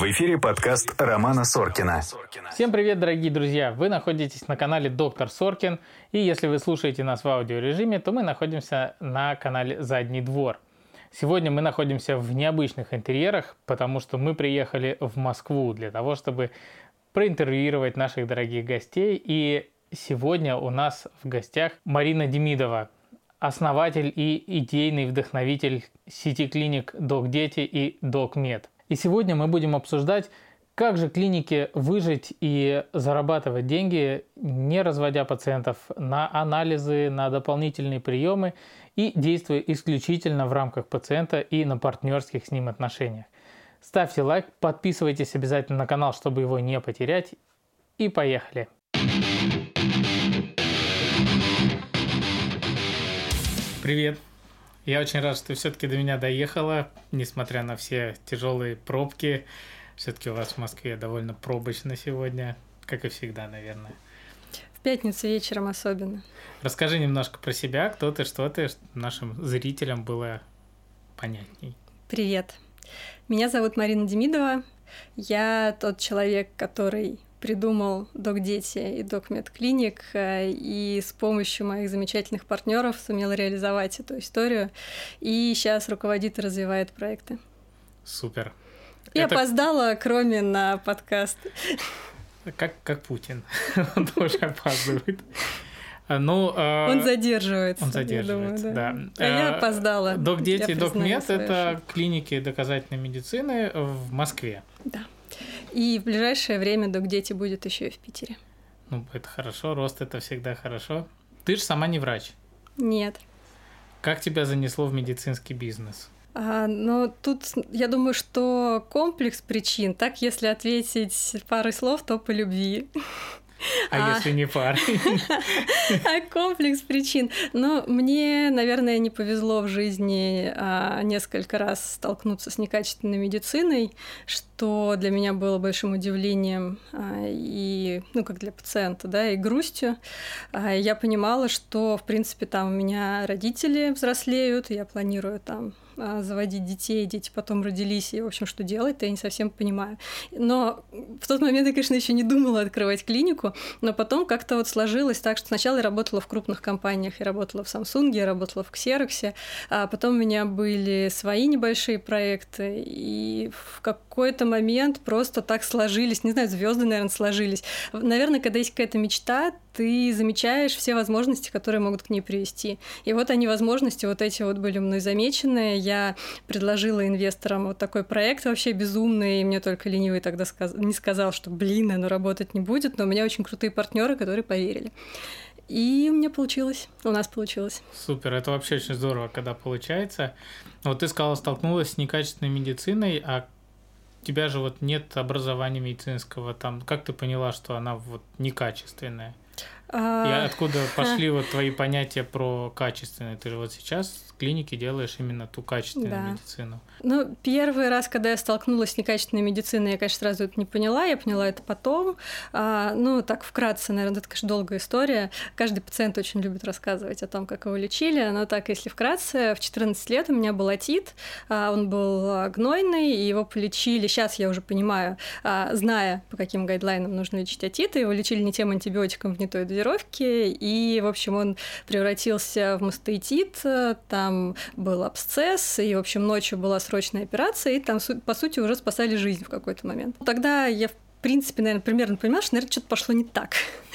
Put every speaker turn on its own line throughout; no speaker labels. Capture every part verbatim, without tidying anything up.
В эфире подкаст Романа Соркина.
Всем привет, дорогие друзья! Вы находитесь на канале Доктор Соркин, и если вы слушаете нас в аудиорежиме, то мы находимся на канале Задний двор. Сегодня мы находимся в необычных интерьерах, потому что мы приехали в Москву для того, чтобы проинтервьюировать наших дорогих гостей. И сегодня у нас в гостях Марина Демидова, основатель и идейный вдохновитель сети клиник «Док-Дети» и «Док-Мед». И сегодня мы будем обсуждать, как же клинике выжить и зарабатывать деньги, не разводя пациентов на анализы, на дополнительные приемы и действуя исключительно в рамках пациента и на партнерских с ним отношениях. Ставьте лайк, подписывайтесь обязательно на канал, чтобы его не потерять. И поехали! Привет! Я очень рад, что ты все-таки до меня доехала, несмотря на все тяжелые пробки. Все-таки у вас в Москве довольно пробочно сегодня, как и всегда, наверное.
В пятницу вечером особенно.
Расскажи немножко про себя, кто ты, что ты, чтобы нашим зрителям было понятней.
Привет. Меня зовут Марина Демидова. Я тот человек, который придумал Док-Дети и Док-Мед клиник, и с помощью моих замечательных партнеров сумел реализовать эту историю, и сейчас руководит и развивает проекты.
Супер.
И Это... опоздала, кроме на подкаст.
Как, как Путин. Он тоже опаздывает. Ну,
он задерживается.
Он задерживается,
думаю, да.
да.
А я опоздала.
Док-Дети и Док-Мед – это клиники доказательной медицины в Москве.
Да. И в ближайшее время Док-Дети будет еще и в Питере.
Ну, это хорошо, рост – это всегда хорошо. Ты же сама не врач.
Нет.
Как тебя занесло в медицинский бизнес?
А, ну, тут, я думаю, что комплекс причин. Так, если ответить парой слов, то по любви.
А, а если не пара?
А комплекс причин. Ну, мне, наверное, не повезло в жизни а, несколько раз столкнуться с некачественной медициной, что для меня было большим удивлением а, и, ну, как для пациента, да, и грустью. А, я понимала, что, в принципе, там у меня родители взрослеют, я планирую там заводить детей, дети потом родились, и, в общем, что делать-то, я не совсем понимаю. Но в тот момент я, конечно, еще не думала открывать клинику, но потом как-то вот сложилось так, что сначала я работала в крупных компаниях, я работала в Samsung, я работала в Xerox, а потом у меня были свои небольшие проекты, и в какой-то момент просто так сложились, не знаю, звезды, наверное, сложились. Наверное, когда есть какая-то мечта, ты замечаешь все возможности, которые могут к ней привести. И вот они, возможности, вот эти вот были мной замечены. Я предложила инвесторам вот такой проект вообще безумный, и мне только ленивый тогда сказ... не сказал, что, блин, оно работать не будет, но у меня очень крутые партнеры, которые поверили. И у меня получилось, у нас получилось.
Супер, это вообще очень здорово, когда получается. Вот ты сказала, столкнулась с некачественной медициной, а у тебя же вот нет образования медицинского, там, как ты поняла, что она вот некачественная? И откуда пошли вот твои понятия про качественное? Ты же вот сейчас в клинике делаешь именно ту качественную да. медицину.
Ну, первый раз, когда я столкнулась с некачественной медициной, я, конечно, сразу это не поняла, я поняла это потом. А, ну, так вкратце, наверное, это, конечно, долгая история. Каждый пациент очень любит рассказывать о том, как его лечили, но так, если вкратце, в четырнадцать лет у меня был отит, он был гнойный, и его полечили, сейчас я уже понимаю, зная, по каким гайдлайнам нужно лечить отит, его лечили не тем антибиотиком в не той дозировке, и, в общем, он превратился в мастеитит, там был абсцесс, и, в общем, ночью была срочная операция, и там, по сути, уже спасали жизнь в какой-то момент. Тогда я, в принципе, наверное, примерно понимала, что, наверное, что-то пошло не так.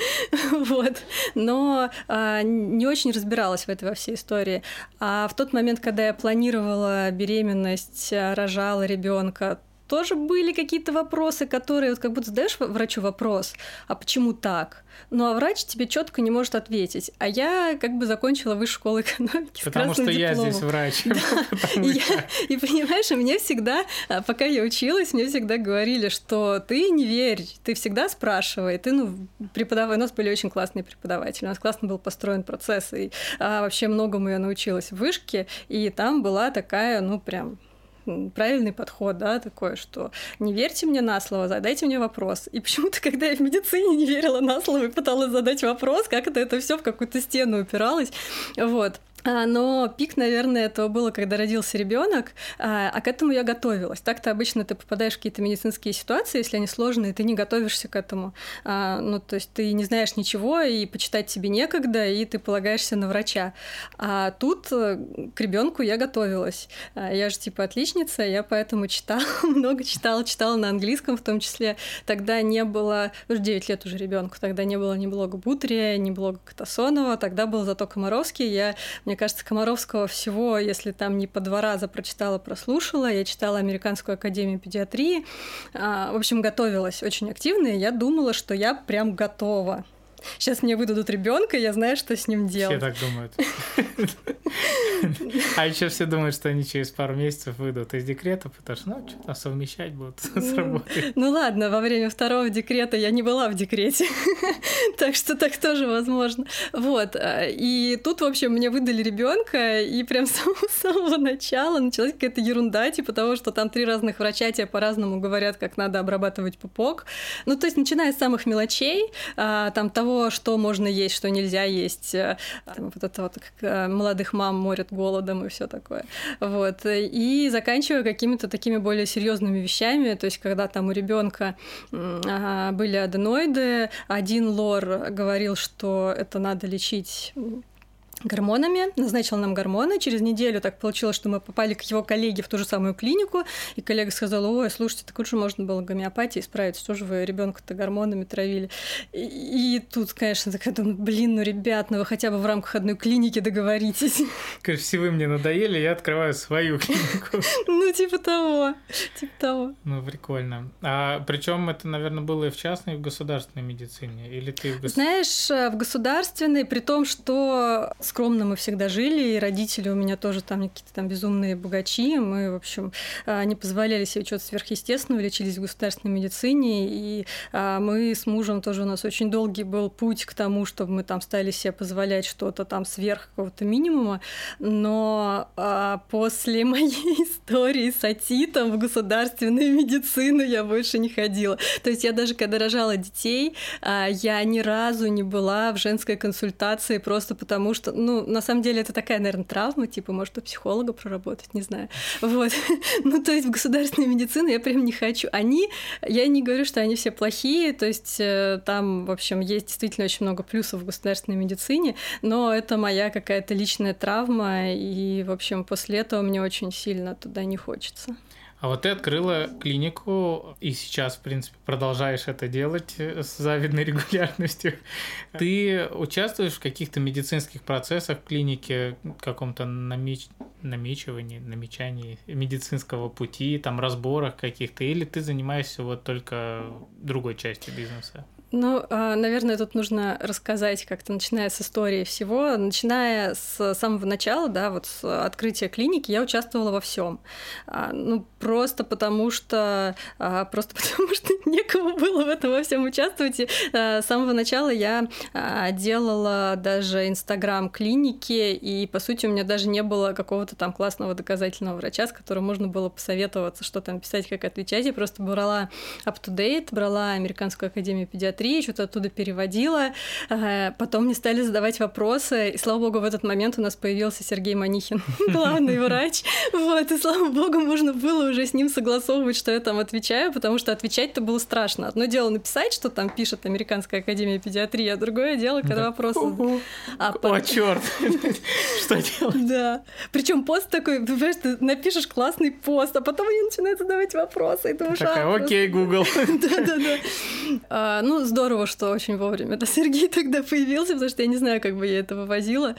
Вот. Но а, не очень разбиралась в этой во всей истории. А в тот момент, когда я планировала беременность, рожала ребенка, тоже были какие-то вопросы, которые вот как будто задаешь врачу вопрос, а почему так? Ну, а врач тебе четко не может ответить. А я как бы закончила высшую школу экономики с
Потому
красным
что
дипломом.
Я здесь врач.
Да. И, я, и понимаешь, мне всегда, пока я училась, мне всегда говорили, что ты не верь, ты всегда спрашивай. Ты, ну, преподавай. У нас были очень классные преподаватели, у нас классно был построен процесс, и а, вообще многому я научилась в вышке, и там была такая, ну, прям... правильный подход, да, такой, что не верьте мне на слово, задайте мне вопрос. И почему-то, когда я в медицине не верила на слово и пыталась задать вопрос, как это, это все в какую-то стену упиралось, вот. Но пик, наверное, этого было, когда родился ребенок, а к этому я готовилась. Так-то обычно ты попадаешь в какие-то медицинские ситуации, если они сложные, ты не готовишься к этому. Ну, то есть ты не знаешь ничего, и почитать тебе некогда, и ты полагаешься на врача. А тут к ребенку я готовилась. Я же типа отличница, я поэтому читала, много читала, читала на английском в том числе. Тогда не было, уже девять лет уже ребенку, тогда не было ни блога Бутрия, ни блога Катасонова, тогда был зато Комаровский. Я Мне кажется, Комаровского всего, если там не по два раза прочитала, прослушала. Я читала Американскую академию педиатрии. В общем, готовилась очень активно, и я думала, что я прям готова. Сейчас мне выдадут ребенка, я знаю, что с ним делать.
Все так думают. А еще все думают, что они через пару месяцев выйдут из декрета, потому что, ну, что-то совмещать будут с работой.
Ну ладно, во время второго декрета я не была в декрете, так что так тоже возможно. Вот. И тут, в общем, мне выдали ребенка, и прям с самого начала началась какая-то ерунда, типа того, что там три разных врача тебе по-разному говорят, как надо обрабатывать пупок. Ну, то есть, начиная с самых мелочей, там того, что можно есть, что нельзя есть, там, вот это вот, как молодых мам морят голодом и все такое. Вот. И заканчивая какими-то такими более серьезными вещами, то есть, когда там у ребенка были аденоиды, один лор говорил, что это надо лечить гормонами, назначил нам гормоны. Через неделю так получилось, что мы попали к его коллеге в ту же самую клинику, и коллега сказала: ой, слушайте, так лучше можно было гомеопатией справиться, что же вы ребенка-то гормонами травили. И, и тут, конечно, так я думаю, блин, ну, ребят, ну вы хотя бы в рамках одной клиники договоритесь.
Конечно, все вы мне надоели, я открываю свою клинику.
Ну, типа того, типа того.
Ну, прикольно. А причем это, наверное, было и в частной, и в государственной медицине? Или ты в гос...
Знаешь, в государственной, при том, что скромно мы всегда жили, и родители у меня тоже там какие-то там безумные богачи, мы, в общем, не позволяли себе чего-то сверхъестественного, лечились в государственной медицине, и мы с мужем тоже, у нас очень долгий был путь к тому, чтобы мы там стали себе позволять что-то там сверх какого-то минимума, но после моей истории с отитом в государственную медицину я больше не ходила. То есть я даже когда рожала детей, я ни разу не была в женской консультации просто потому, что ну, на самом деле, это такая, наверное, травма, типа, может, у психолога проработать, не знаю. Вот. Ну, то есть в государственную медицину я прям не хочу. Они, я не говорю, что они все плохие, то есть там, в общем, есть действительно очень много плюсов в государственной медицине, но это моя какая-то личная травма, и, в общем, после этого мне очень сильно туда не хочется.
А вот ты открыла клинику, и сейчас, в принципе, продолжаешь это делать с завидной регулярностью. Ты участвуешь в каких-то медицинских процессах в клинике, каком-то намеч... намечивании, намечании медицинского пути, там, разборах каких-то, или ты занимаешься вот только другой частью бизнеса?
Ну, наверное, тут нужно рассказать как-то, начиная с истории всего. Начиная с самого начала, да, вот с открытия клиники, я участвовала во всем. Ну, просто потому что... Просто потому что некому было в этом во всем участвовать. И с самого начала я делала даже Инстаграм клиники, и, по сути, у меня даже не было какого-то там классного доказательного врача, с которым можно было посоветоваться, что там писать, как отвечать. Я просто брала up-to-date, брала Американскую академию педиатрии, что-то оттуда переводила. Потом мне стали задавать вопросы, и, слава богу, в этот момент у нас появился Сергей Манихин, главный врач. Вот, и, слава богу, можно было уже с ним согласовывать, что я там отвечаю, потому что отвечать-то было страшно. Одно дело написать, что там пишет Американская академия педиатрии, а другое дело, когда вопросы...
А О, чёрт! Что делать?
Да. Причем пост такой, ты понимаешь, ты напишешь классный пост, а потом они начинают задавать вопросы, и ты уже...
Такая, окей, Google.
Да-да-да. Ну, здорово, что очень вовремя да, Сергей тогда появился, потому что я не знаю, как бы я это вывозила.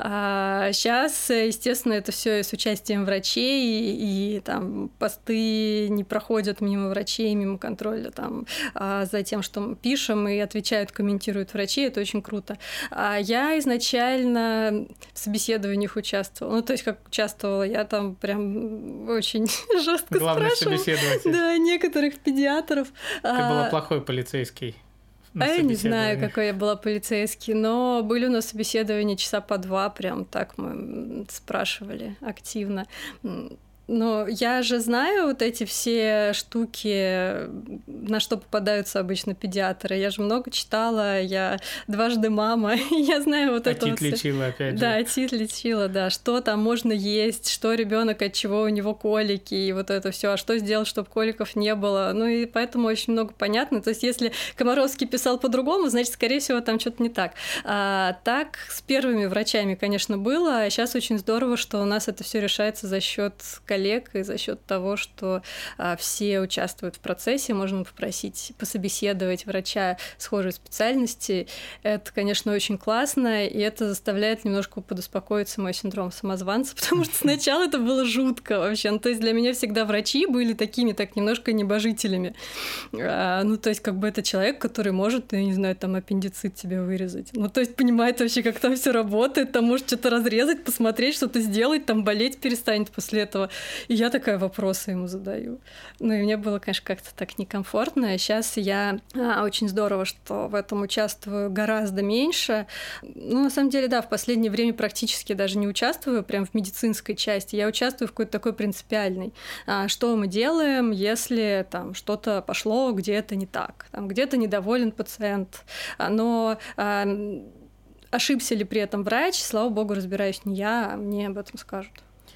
А сейчас, естественно, это все с участием врачей, и, и там посты не проходят мимо врачей, мимо контроля там, а, за тем, что мы пишем, и отвечают, комментируют врачи, это очень круто. А я изначально в собеседованиях участвовала, ну, то есть как участвовала, я там прям очень жестко
Главный
спрашивала.
собеседователь.
Да, некоторых педиатров.
Ты была плохой полицейский.
А я не знаю, какой я была полицейский, но были у нас собеседования часа по два, прям так мы спрашивали активно. Но я же знаю вот эти все штуки, на что попадаются обычно педиатры. Я же много читала, я дважды мама, я знаю вот
а
это.
ТИТ
вот
лечила, опять же.
Да, ТИТ лечила, да. Что там можно есть, что ребенок, от чего у него колики, и вот это все, а что сделать, чтобы коликов не было. Ну и поэтому очень много понятно. То есть, если Комаровский писал по-другому, значит, скорее всего, там что-то не так. А, так с первыми врачами, конечно, было. А сейчас очень здорово, что у нас это все решается за счет коллег и за счет того, что а, все участвуют в процессе, можно попросить пособеседовать врача схожей специальности. Это, конечно, очень классно, и это заставляет немножко подуспокоиться мой синдром самозванца, потому что сначала это было жутко вообще. Ну, то есть для меня всегда врачи были такими, так немножко небожителями. А, ну, то есть как бы это человек, который может, я не знаю, там аппендицит тебе вырезать. Ну, то есть понимает вообще, как там все работает, там может что-то разрезать, посмотреть, что-то сделать, там болеть перестанет после этого. И я такая вопросы ему задаю. Ну, и мне было, конечно, как-то так некомфортно. Сейчас я а, очень здорово, что в этом участвую гораздо меньше. Ну, на самом деле, да, в последнее время практически даже не участвую прям в медицинской части. Я участвую в какой-то такой принципиальной. А, что мы делаем, если там что-то пошло где-то не так, там где-то недоволен пациент. А, но а, ошибся ли при этом врач, слава богу, разбираюсь не я, а мне об этом скажут.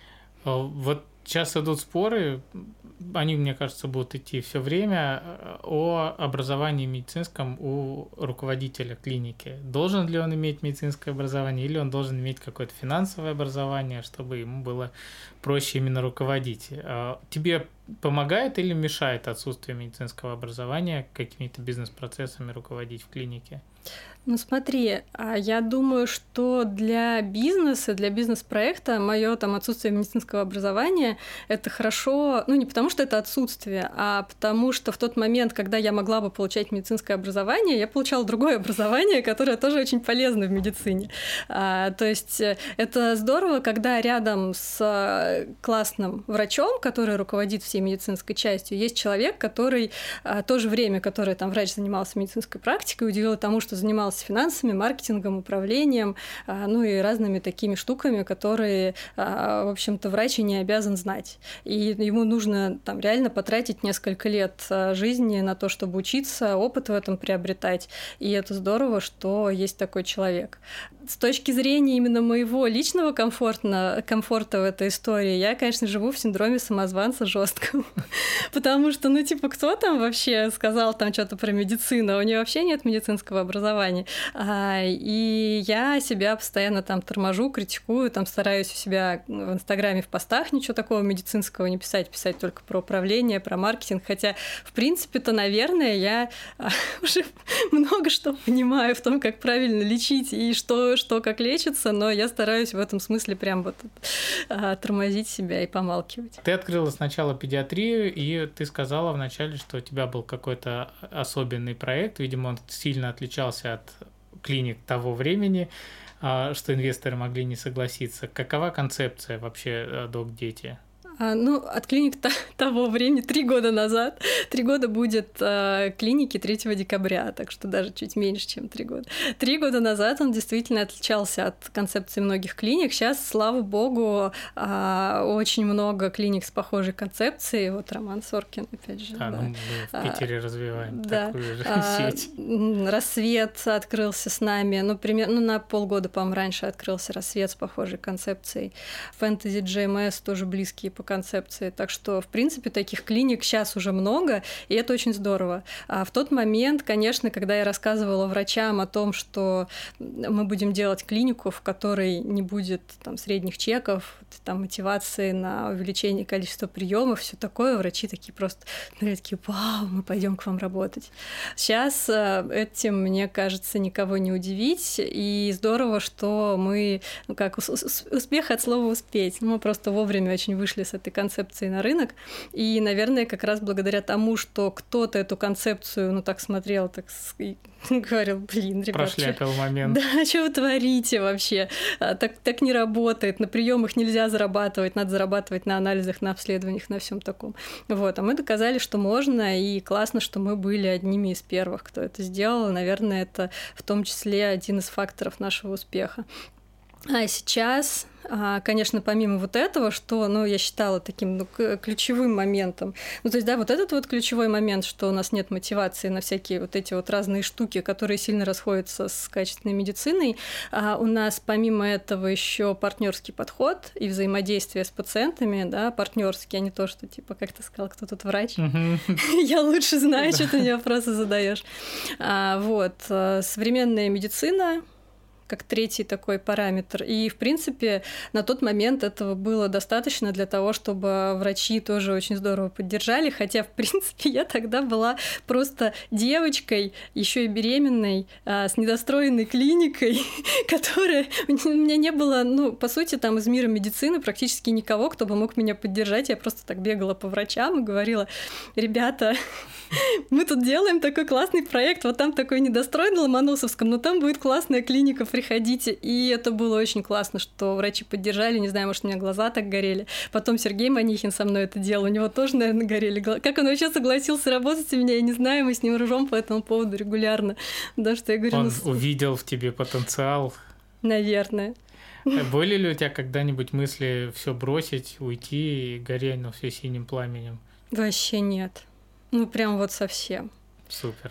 Вот сейчас идут споры, они, мне кажется, будут идти все время, о образовании медицинском у руководителя клиники. Должен ли он иметь медицинское образование, или он должен иметь какое-то финансовое образование, чтобы ему было проще именно руководить. Тебе помогает или мешает отсутствие медицинского образования какими-то бизнес-процессами руководить в клинике?
Ну смотри, я думаю, что для бизнеса, для бизнес-проекта мое там отсутствие медицинского образования — это хорошо, ну не потому что это отсутствие, а потому что в тот момент, когда я могла бы получать медицинское образование, я получала другое образование, которое тоже очень полезно в медицине. А, то есть это здорово, когда рядом с классным врачом, который руководит всей медицинской частью, есть человек, который а, то же время, которое там врач занимался медицинской практикой, уделил тому, что занимался финансами, маркетингом, управлением, ну и разными такими штуками, которые, в общем-то, врач и не обязан знать. И ему нужно там реально потратить несколько лет жизни на то, чтобы учиться, опыт в этом приобретать. И это здорово, что есть такой человек. С точки зрения именно моего личного комфорта, комфорта в этой истории, я, конечно, живу в синдроме самозванца жестком. Потому что, ну, типа, кто там вообще сказал там что-то про медицину? У нее вообще нет медицинского образования. И я себя постоянно там торможу, критикую, там стараюсь у себя в Инстаграме в постах ничего такого медицинского не писать, писать только про управление, про маркетинг. Хотя, в принципе-то, наверное, я уже много что понимаю в том, как правильно лечить и что, что как лечится, но я стараюсь в этом смысле прям вот тормозить себя и помалкивать.
Ты открыла сначала педиатрию, и ты сказала вначале, что у тебя был какой-то особенный проект, видимо, он сильно отличался от клиник того времени, что инвесторы могли не согласиться. Какова концепция вообще «Док-дети»?
Ну, от клиник того времени, три года назад. Три года будет э, клиники третьего декабря, так что даже чуть меньше, чем три года. Три года назад он действительно отличался от концепции многих клиник. Сейчас, слава богу, э, очень много клиник с похожей концепцией. Вот Роман Соркин, опять же.
А,
да.
ну, мы в Питере а, развиваем
да.
такую же
а,
сеть.
Рассвет открылся с нами, ну, примерно ну, на полгода, по-моему, раньше открылся Рассвет с похожей концепцией. Фэнтези джей эм эс тоже близкие по концепции. Так что, в принципе, таких клиник сейчас уже много, и это очень здорово. А в тот момент, конечно, когда я рассказывала врачам о том, что мы будем делать клинику, в которой не будет там средних чеков, там, мотивации на увеличение количества приемов, все такое, врачи такие просто, ну, такие, вау, мы пойдем к вам работать. Сейчас этим, мне кажется, никого не удивить, и здорово, что мы, ну, как успех от слова «успеть», мы просто вовремя очень вышли с этой концепцией на рынок, и, наверное, как раз благодаря тому, что кто-то эту концепцию, ну, так смотрел, так говорил, блин, ребят,
прошляпил что... момент.
Да, что вы творите вообще? Так, так не работает, на приемах нельзя зарабатывать, надо зарабатывать на анализах, на обследованиях, на всем таком. Вот, а мы доказали, что можно, и классно, что мы были одними из первых, кто это сделал. Наверное, это в том числе один из факторов нашего успеха. А сейчас, конечно, помимо вот этого, что, ну, я считала таким, ну, ключевым моментом, ну, то есть, да, вот этот вот ключевой момент, что у нас нет мотивации на всякие вот эти вот разные штуки, которые сильно расходятся с качественной медициной, а у нас помимо этого еще партнерский подход и взаимодействие с пациентами, да, партнерский, а не то, что, типа, как ты сказал, кто тут врач, я лучше знаю, что ты мне вопросы задаешь. Вот, современная медицина, как третий такой параметр. И, в принципе, на тот момент этого было достаточно для того, чтобы врачи тоже очень здорово поддержали, хотя, в принципе, я тогда была просто девочкой, еще и беременной, с недостроенной клиникой, которая... У меня не было, ну, по сути, там из мира медицины практически никого, кто бы мог меня поддержать. Я просто так бегала по врачам и говорила: ребята, мы тут делаем такой классный проект, вот там такой недострой на Ломоносовском, но там будет классная клиника, приходите. И это было очень классно, что врачи поддержали, не знаю, может, у меня глаза так горели. Потом Сергей Манихин со мной это делал, у него тоже, наверное, горели глаза. Как он вообще согласился работать у меня, я не знаю, мы с ним ржем по этому поводу регулярно. Да, что я говорю,
он
ну,
увидел в тебе потенциал.
Наверное.
Были ли у тебя когда-нибудь мысли все бросить, уйти и гореть, но все синим пламенем?
Вообще нет. Ну, прям вот совсем.
Супер.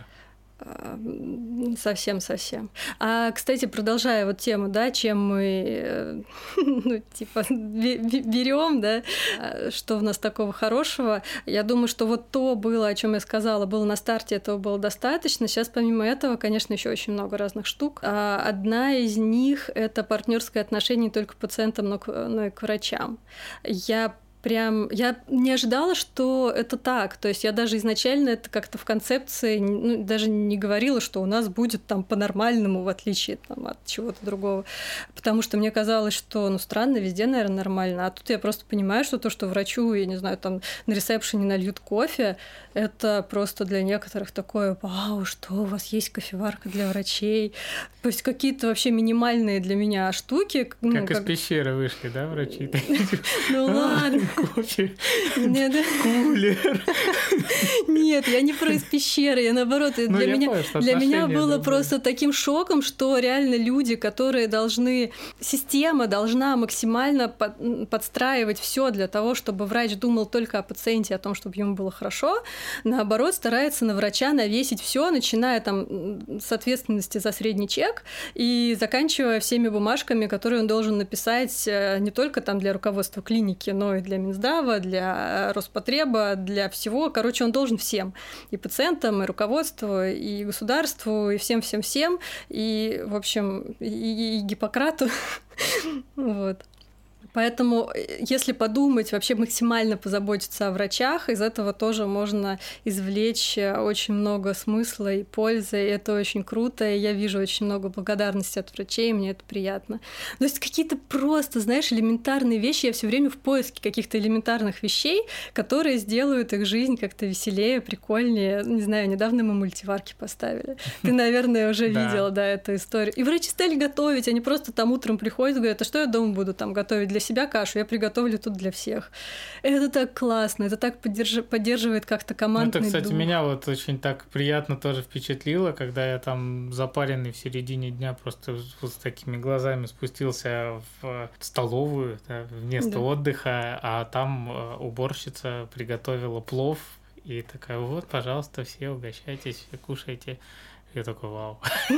Совсем-совсем. А, кстати, продолжая вот тему, да, чем мы, ну, типа, берем, да, что у нас такого хорошего, я думаю, что вот то было, о чем я сказала, было на старте, этого было достаточно. Сейчас, помимо этого, конечно, еще очень много разных штук. Одна из них — это партнерское отношение не только к пациентам, но, но и к врачам. Я Прям, я не ожидала, что это так. То есть я даже изначально это как-то в концепции, ну, даже не говорила, что у нас будет там по-нормальному, в отличие там, от чего-то другого. Потому что мне казалось, что, ну, странно, везде, наверное, нормально. А тут я просто понимаю, что то, что врачу, я не знаю, там на ресепшене нальют кофе, это просто для некоторых такое: вау, что у вас есть кофеварка для врачей. То есть какие-то вообще минимальные для меня штуки.
Как
ну,
из как... пещеры вышли, да, врачи?
Ну ладно.
Кофе,
Нет,
кулер.
Нет, я не про из пещеры, я наоборот, ну, для, меня, понял, для меня было да, просто да. таким шоком, что реально люди, которые должны, система должна максимально под, подстраивать все для того, чтобы врач думал только о пациенте, о том, чтобы ему было хорошо, наоборот, старается на врача навесить все, начиная там с ответственности за средний чек и заканчивая всеми бумажками, которые он должен написать не только там для руководства клиники, но и для Минздрава, для Роспотреба, для всего. Короче, он должен всем. И пациентам, и руководству, и государству, и всем-всем-всем. И, в общем, и, и Гиппократу. Вот. Поэтому, если подумать, вообще максимально позаботиться о врачах, из этого тоже можно извлечь очень много смысла и пользы, и это очень круто, и я вижу очень много благодарности от врачей, и мне это приятно. Но есть какие-то просто, знаешь, элементарные вещи, я все время в поиске каких-то элементарных вещей, которые сделают их жизнь как-то веселее, прикольнее. Не знаю, недавно мы мультиварки поставили. Ты, наверное, уже видела, да, эту историю. И врачи стали готовить, они просто там утром приходят и говорят: а что я дома буду там готовить для себя кашу, я приготовлю тут для всех. Это так классно, это так поддерж... поддерживает как-то командный дух.
Это, кстати, дух. Меня вот очень так приятно тоже впечатлило, когда я там запаренный в середине дня просто вот с такими глазами спустился в столовую, да, вместо да. отдыха, а там уборщица приготовила плов и такая: вот, пожалуйста, все угощайтесь, все кушайте. Я такой: вау.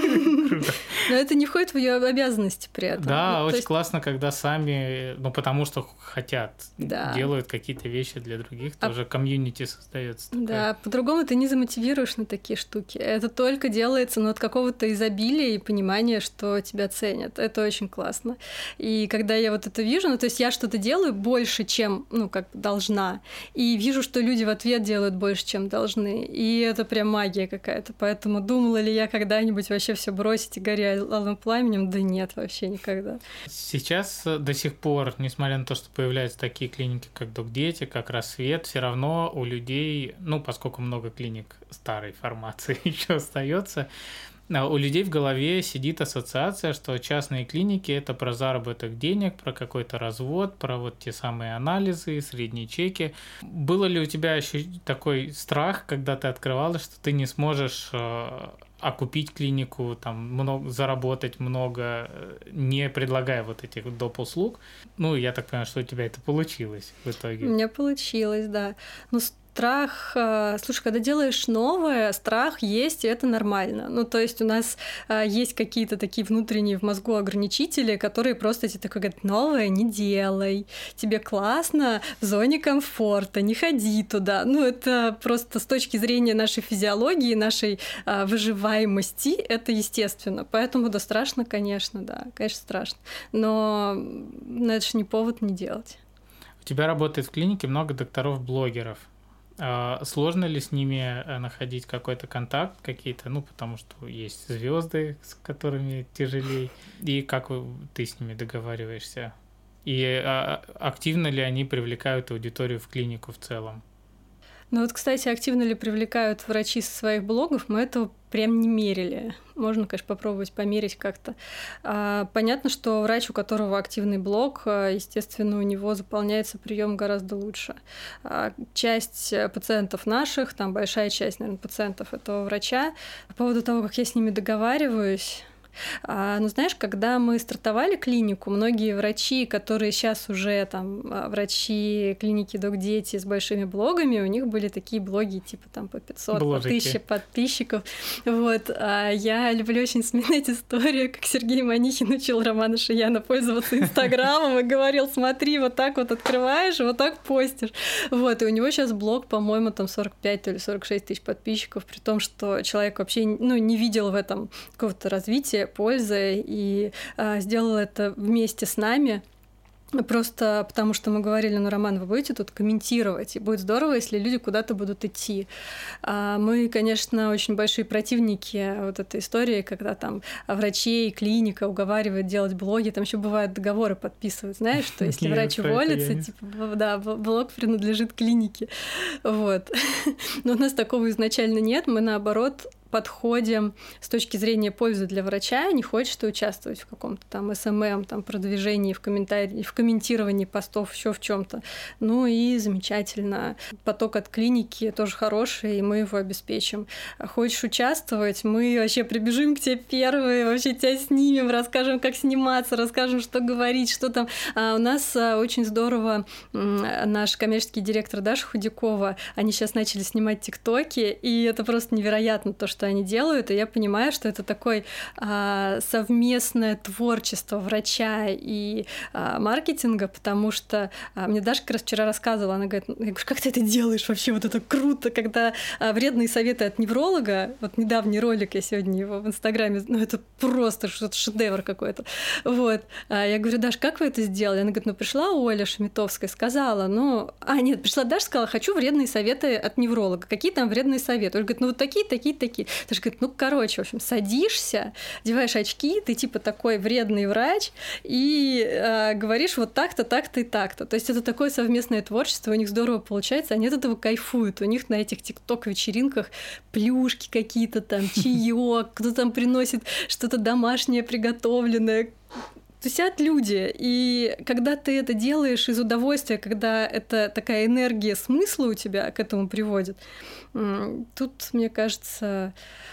Но это не входит в ее обязанности при этом.
Да,
ну,
очень
есть...
классно, когда сами, ну, потому что хотят,
да.
делают какие-то вещи для других, тоже а... комьюнити создается.
Да, по-другому ты не замотивируешь на такие штуки. Это только делается, ну, от какого-то изобилия и понимания, что тебя ценят. Это очень классно. И когда я вот это вижу, ну, то есть я что-то делаю больше, чем, ну, как должна, и вижу, что люди в ответ делают больше, чем должны. И это прям магия какая-то. Поэтому думала ли я когда-нибудь вообще все бросить и гореть алым пламенем? Да нет, вообще никогда.
Сейчас до сих пор, несмотря на то, что появляются такие клиники, как Док-Дети, как Рассвет, все равно у людей, ну, поскольку много клиник старой формации еще остается, у людей в голове сидит ассоциация, что частные клиники – это про заработок денег, про какой-то развод, про вот те самые анализы, средние чеки. Было ли у тебя еще такой страх, когда ты открывалась, что ты не сможешь окупить клинику, там, много, заработать много, не предлагая вот этих доп. Услуг. Ну, я так понимаю, что у тебя это получилось в итоге.
У меня получилось, да. Ну, страх, слушай, когда делаешь новое, страх есть, и это нормально. Ну, то есть у нас есть какие-то такие внутренние в мозгу ограничители, которые просто тебе такой говорят: новое не делай, тебе классно в зоне комфорта, не ходи туда. Ну, это просто с точки зрения нашей физиологии, нашей выживаемости, это естественно. Поэтому да, страшно, конечно, да, конечно, страшно. Но это же не повод не делать.
У тебя работает в клинике много докторов-блогеров. Сложно ли с ними находить какой-то контакт, какие-то, ну, потому что есть звезды, с которыми тяжелее, и как ты с ними договариваешься? И активно ли они привлекают аудиторию в клинику в целом?
Ну вот, кстати, активно ли привлекают врачи со своих блогов, мы этого прям не мерили. Можно, конечно, попробовать померить как-то. А, понятно, что врач, у которого активный блог, естественно, у него заполняется прием гораздо лучше. А, часть пациентов наших, там большая часть, наверное, пациентов этого врача, по поводу того, как я с ними договариваюсь. А, ну, знаешь, когда мы стартовали клинику, многие врачи, которые сейчас уже там врачи клиники Док-Дети с большими блогами, у них были такие блоги типа там по пятьсот, по тысяче подписчиков. Вот. А я люблю очень вспоминать историю, как Сергей Манихин учил Романа Шияна пользоваться Инстаграмом и говорил: смотри, вот так вот открываешь, вот так постишь. Вот. И у него сейчас блог, по-моему, там сорок пять или сорок шесть тысяч подписчиков, при том, что человек вообще, ну, не видел в этом какого-то развития, пользы, и а, сделал это вместе с нами. Просто потому, что мы говорили: ну, Роман, вы будете тут комментировать, и будет здорово, если люди куда-то будут идти. А мы, конечно, очень большие противники вот этой истории, когда там врачей, клиника уговаривают делать блоги, там еще бывают договоры подписывать, знаешь, что если врач уволится, типа, да, блог принадлежит клинике. Вот. Но у нас такого изначально нет, мы, наоборот, подходим с точки зрения пользы для врача, не хочет участвовать в каком-то там эс эм эм, там, продвижении, в, комментарии, в комментировании постов, еще в чем то. Ну и замечательно. Поток от клиники тоже хороший, и мы его обеспечим. Хочешь участвовать, мы вообще прибежим к тебе первые, вообще тебя снимем, расскажем, как сниматься, расскажем, что говорить, что там. А у нас очень здорово наш коммерческий директор Даша Худякова, они сейчас начали снимать тиктоки, и это просто невероятно, то, что они делают, и я понимаю, что это такое а, совместное творчество врача и а, маркетинга, потому что а, мне Даша как раз вчера рассказывала, она говорит: я говорю, как ты это делаешь вообще, вот это круто, когда а, вредные советы от невролога, вот недавний ролик, я сегодня его в Инстаграме, ну это просто что-то шедевр какой-то, вот, а, я говорю: Даш, как вы это сделали? Она говорит: ну пришла Оля Шмитовская, сказала, ну, а нет, пришла Даша, сказала: хочу вредные советы от невролога, какие там вредные советы? Оля говорит: ну вот такие, такие, такие. Ты же говорит: ну, короче, в общем, садишься, одеваешь очки, ты типа такой вредный врач, и э, говоришь вот так-то, так-то и так-то. То есть это такое совместное творчество, у них здорово получается, они от этого кайфуют. У них на этих тикток-вечеринках плюшки какие-то там, чаек, кто там приносит что-то домашнее, приготовленное. Тусят люди, и когда ты это делаешь из удовольствия, когда это такая энергия смысла у тебя к этому приводит, тут, мне кажется,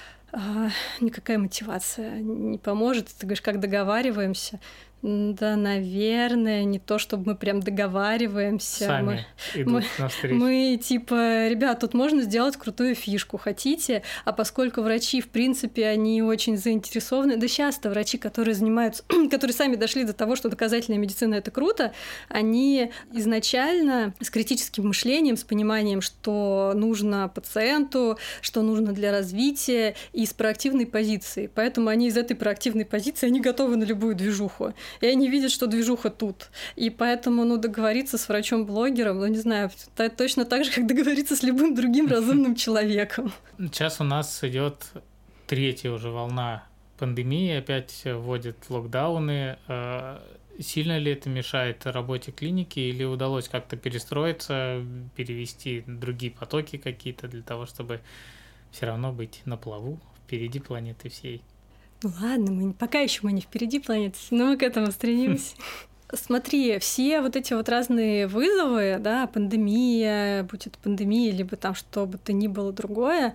никакая мотивация не поможет. Ты говоришь, как договариваемся. Да, наверное, не то, чтобы мы прям договариваемся.
Сами
мы,
идут
мы,
навстречу.
Мы типа: ребят, тут можно сделать крутую фишку, хотите? А поскольку врачи, в принципе, они очень заинтересованы, да сейчас-то врачи, которые занимаются, которые сами дошли до того, что доказательная медицина — это круто, они изначально с критическим мышлением, с пониманием, что нужно пациенту, что нужно для развития, и с проактивной позиции. Поэтому они из этой проактивной позиции, они готовы на любую движуху. И они видят, что движуха тут. И поэтому, ну, договориться с врачом-блогером, ну, не знаю, точно так же, как договориться с любым другим разумным человеком.
Сейчас у нас идет третья уже волна пандемии, опять вводят локдауны. Сильно ли это мешает работе клиники, или удалось как-то перестроиться, перевести другие потоки какие-то для того, чтобы все равно быть на плаву впереди планеты всей?
Ну ладно, мы пока еще мы не впереди планеты, но мы к этому стремимся. Смотри, все вот эти вот разные вызовы, да, пандемия, будь это пандемия, либо там что бы то ни было другое,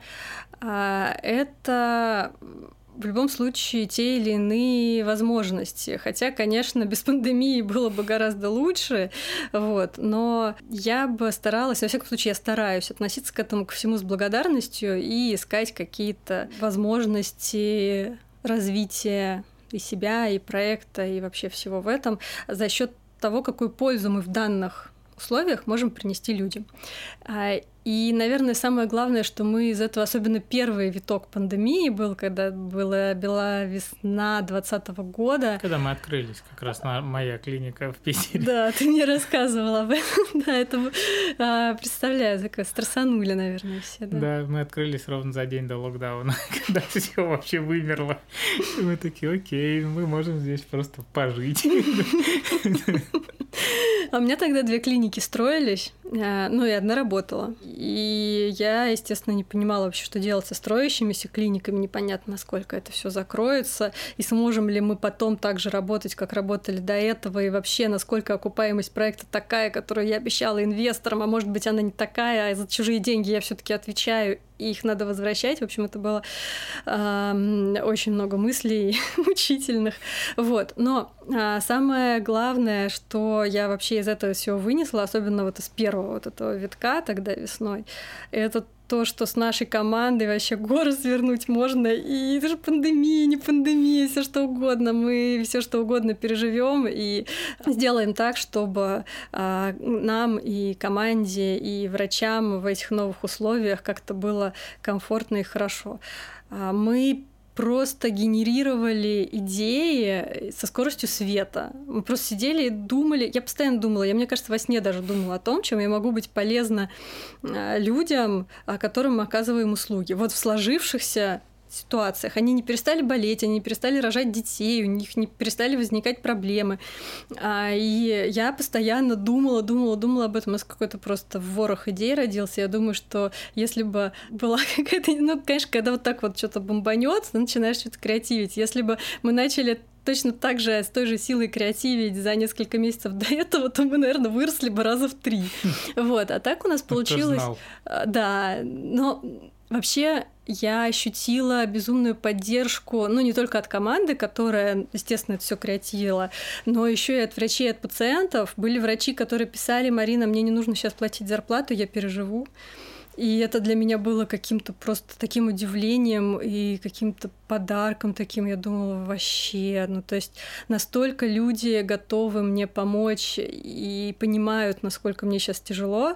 это в любом случае те или иные возможности. Хотя, конечно, без пандемии было бы гораздо лучше, вот, но я бы старалась, во всяком случае, я стараюсь относиться к этому ко всему с благодарностью и искать какие-то возможности развития и себя, и проекта, и вообще всего в этом за счет того, какую пользу мы в данных условиях можем принести людям. И, наверное, самое главное, что мы из этого, особенно первый виток пандемии был, когда была, была весна двадцатого года.
Когда мы открылись, как раз на моя клиника в Питере.
Да, ты мне рассказывала об этом. Да, это, представляю, такое, стрессанули, наверное, все. Да.
Да, мы открылись ровно за день до локдауна, когда все вообще вымерло. И мы такие, окей, мы можем здесь просто пожить.
А у меня тогда две клиники строились, ну и одна работала. И я, естественно, не понимала вообще, что делать со строящимися клиниками, непонятно, насколько это все закроется, и сможем ли мы потом так же работать, как работали до этого, и вообще, насколько окупаемость проекта такая, которую я обещала инвесторам, а может быть, она не такая, а за чужие деньги я все таки отвечаю, и их надо возвращать. В общем, это было э, очень много мыслей мучительных. Вот. Но э, самое главное, что я вообще из этого всего вынесла, особенно вот из первого вот этого витка тогда весной, это то, что с нашей командой вообще горы свернуть можно, и это же пандемия, не пандемия, все что угодно, мы все что угодно переживем и сделаем так, чтобы а, нам и команде, и врачам в этих новых условиях как-то было комфортно и хорошо. А, мы просто генерировали идеи со скоростью света. Мы просто сидели и думали. Я постоянно думала, я, мне кажется, во сне даже думала о том, чем я могу быть полезна людям, которым мы оказываем услуги. Вот в сложившихся ситуациях. Они не перестали болеть, они не перестали рожать детей, у них не перестали возникать проблемы. И я постоянно думала, думала, думала об этом. У нас какой-то просто ворох идей родился. Я думаю, что если бы была какая-то... Ну, конечно, когда вот так вот что-то бомбанет, ты начинаешь что-то креативить. Если бы мы начали точно так же с той же силой креативить за несколько месяцев до этого, то мы, наверное, выросли бы раза в три. Вот. А так у нас получилось... Да, но... Вообще, я ощутила безумную поддержку, ну, не только от команды, которая, естественно, это все креативила, но еще и от врачей, от пациентов. Были врачи, которые писали: Марина, мне не нужно сейчас платить зарплату, я переживу. И это для меня было каким-то просто таким удивлением и каким-то подарком таким, я думала, вообще. Ну, то есть настолько люди готовы мне помочь и понимают, насколько мне сейчас тяжело.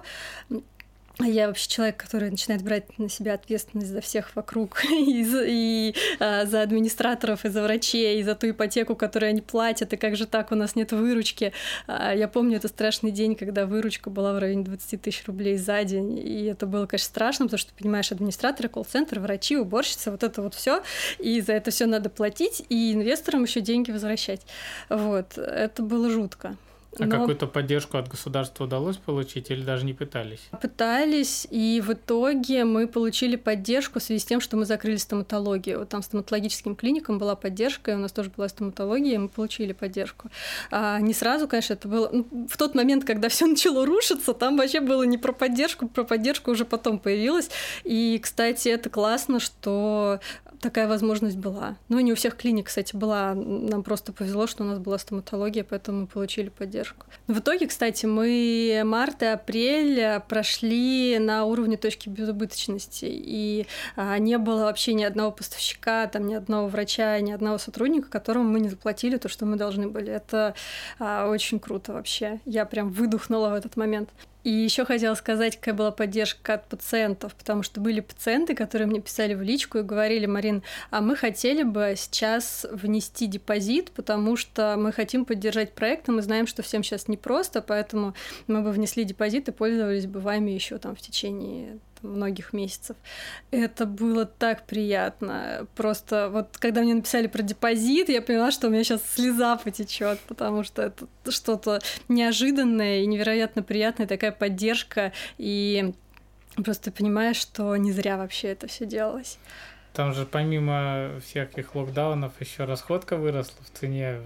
Я вообще человек, который начинает брать на себя ответственность за всех вокруг, и, за, и а, за администраторов, и за врачей, и за ту ипотеку, которую они платят, и как же так, у нас нет выручки. А, я помню, это страшный день, когда выручка была в районе двадцать тысяч рублей за день, и это было, конечно, страшно, потому что, понимаешь, администраторы, колл-центр, врачи, уборщицы, вот это вот все, и за это все надо платить, и инвесторам еще деньги возвращать. Вот, это было жутко.
А
Но...
какую-то поддержку от государства удалось получить или даже не пытались?
Пытались, и в итоге мы получили поддержку в связи с тем, что мы закрыли стоматологию. Вот там стоматологическим клиникам была поддержка, и у нас тоже была стоматология, и мы получили поддержку. А не сразу, конечно, это было... Ну, в тот момент, когда все начало рушиться, там вообще было не про поддержку, про поддержку уже потом появилась. И, кстати, это классно, что такая возможность была. Ну, не у всех клиник, кстати, была. Нам просто повезло, что у нас была стоматология, поэтому мы получили поддержку. В итоге, кстати, мы март и апрель прошли на уровне точки безубыточности, и а, не было вообще ни одного поставщика, там, ни одного врача, ни одного сотрудника, которому мы не заплатили то, что мы должны были. Это а, очень круто вообще. Я прям выдохнула в этот момент. И еще хотела сказать, какая была поддержка от пациентов, потому что были пациенты, которые мне писали в личку и говорили: Марин, а мы хотели бы сейчас внести депозит, потому что мы хотим поддержать проект, и мы знаем, что всем сейчас непросто, поэтому мы бы внесли депозит и пользовались бы вами еще там в течение многих месяцев. Это было так приятно. Просто вот когда мне написали про депозит, я поняла, что у меня сейчас слеза потечет, потому что это что-то неожиданное и невероятно приятное, такая поддержка, и просто понимаешь, что не зря вообще это все делалось.
Там же помимо всяких локдаунов еще расходка выросла в цене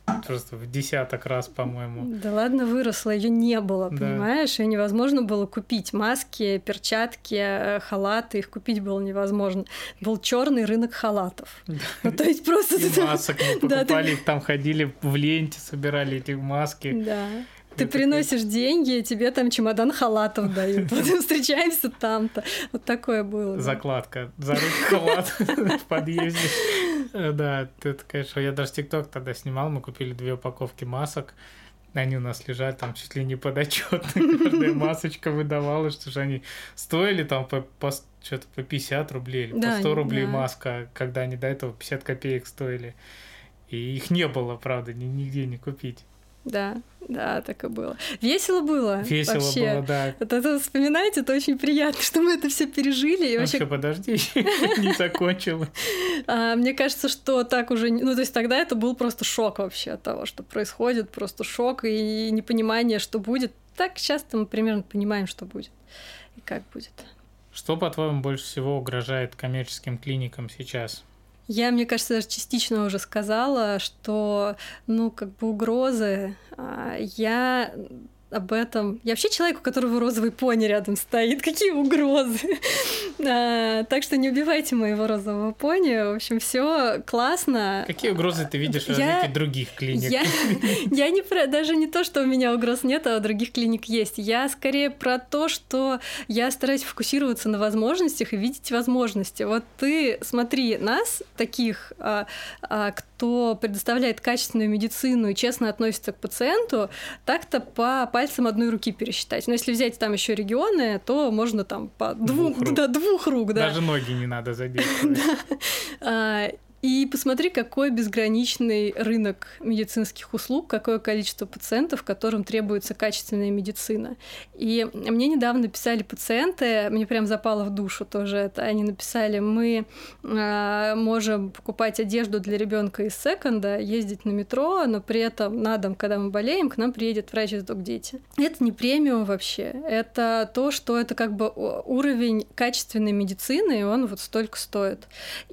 просто в десяток раз, по-моему.
Да ладно, выросла, ее не было,
Да.
понимаешь? Ее невозможно было купить. Маски, перчатки, халаты, их купить было невозможно. Был черный рынок халатов. Ну, то есть просто...
И масок мы
Да,
покупали,
ты-
их там ходили в ленте, собирали эти маски.
Да. Ты
Это
приносишь деньги, тебе там чемодан халатов дают. Вот встречаемся там-то. Вот такое было. да.
Закладка, зарыт халат в подъезде. Э, Да, это, конечно, я даже ТикТок тогда снимал, мы купили две упаковки масок, они у нас лежали там чуть ли не подотчетно, каждая масочка выдавалась, что же они стоили там по, по что-то по пятьдесят рублей или
Да,
по сто рублей
да.
маска, когда они до этого пятьдесят копеек стоили. И их не было, правда, ни- нигде не купить.
Да, да, так и было. Весело было.
Весело
вообще.
было, да.
Вот это вспоминать, это очень приятно, что мы это все пережили. И
Вообще,
вообще,
подожди, не закончила.
а, мне кажется, что так уже... не- Ну, то есть тогда это был просто шок вообще от того, что происходит, просто шок и непонимание, что будет. Так часто мы примерно понимаем, что будет и как будет.
Что, по-твоему, больше всего угрожает коммерческим клиникам сейчас?
Я, мне кажется, даже частично уже сказала, что, ну, как бы угрозы. а, Я об этом... Я вообще человек, у которого розовый пони рядом стоит. Какие угрозы? А, Так что не убивайте моего розового пони. В общем, все классно.
Какие угрозы ты видишь в
Я-
развитии других клиник?
Я, я не про, даже не то, что у меня угроз нет, а у других клиник есть. Я скорее про то, что я стараюсь фокусироваться на возможностях и видеть возможности. Вот ты смотри нас, таких, а, а, кто предоставляет качественную медицину и честно относится к пациенту, так-то по пальцам одной руки пересчитать. Но если взять там еще регионы, то можно там по двум,
Двух рук.
да, двух рук, да.
Даже ноги не надо задействовать.
А, И посмотри, какой безграничный рынок медицинских услуг, какое количество пациентов, которым требуется качественная медицина. И мне недавно писали пациенты, мне прям запало в душу тоже это. Они написали: мы а, можем покупать одежду для ребенка из секонда, ездить на метро, но при этом на дом, когда мы болеем, к нам приедет врач из Докдети. Это не премиум вообще. Это то, что это как бы уровень качественной медицины, и он вот столько стоит.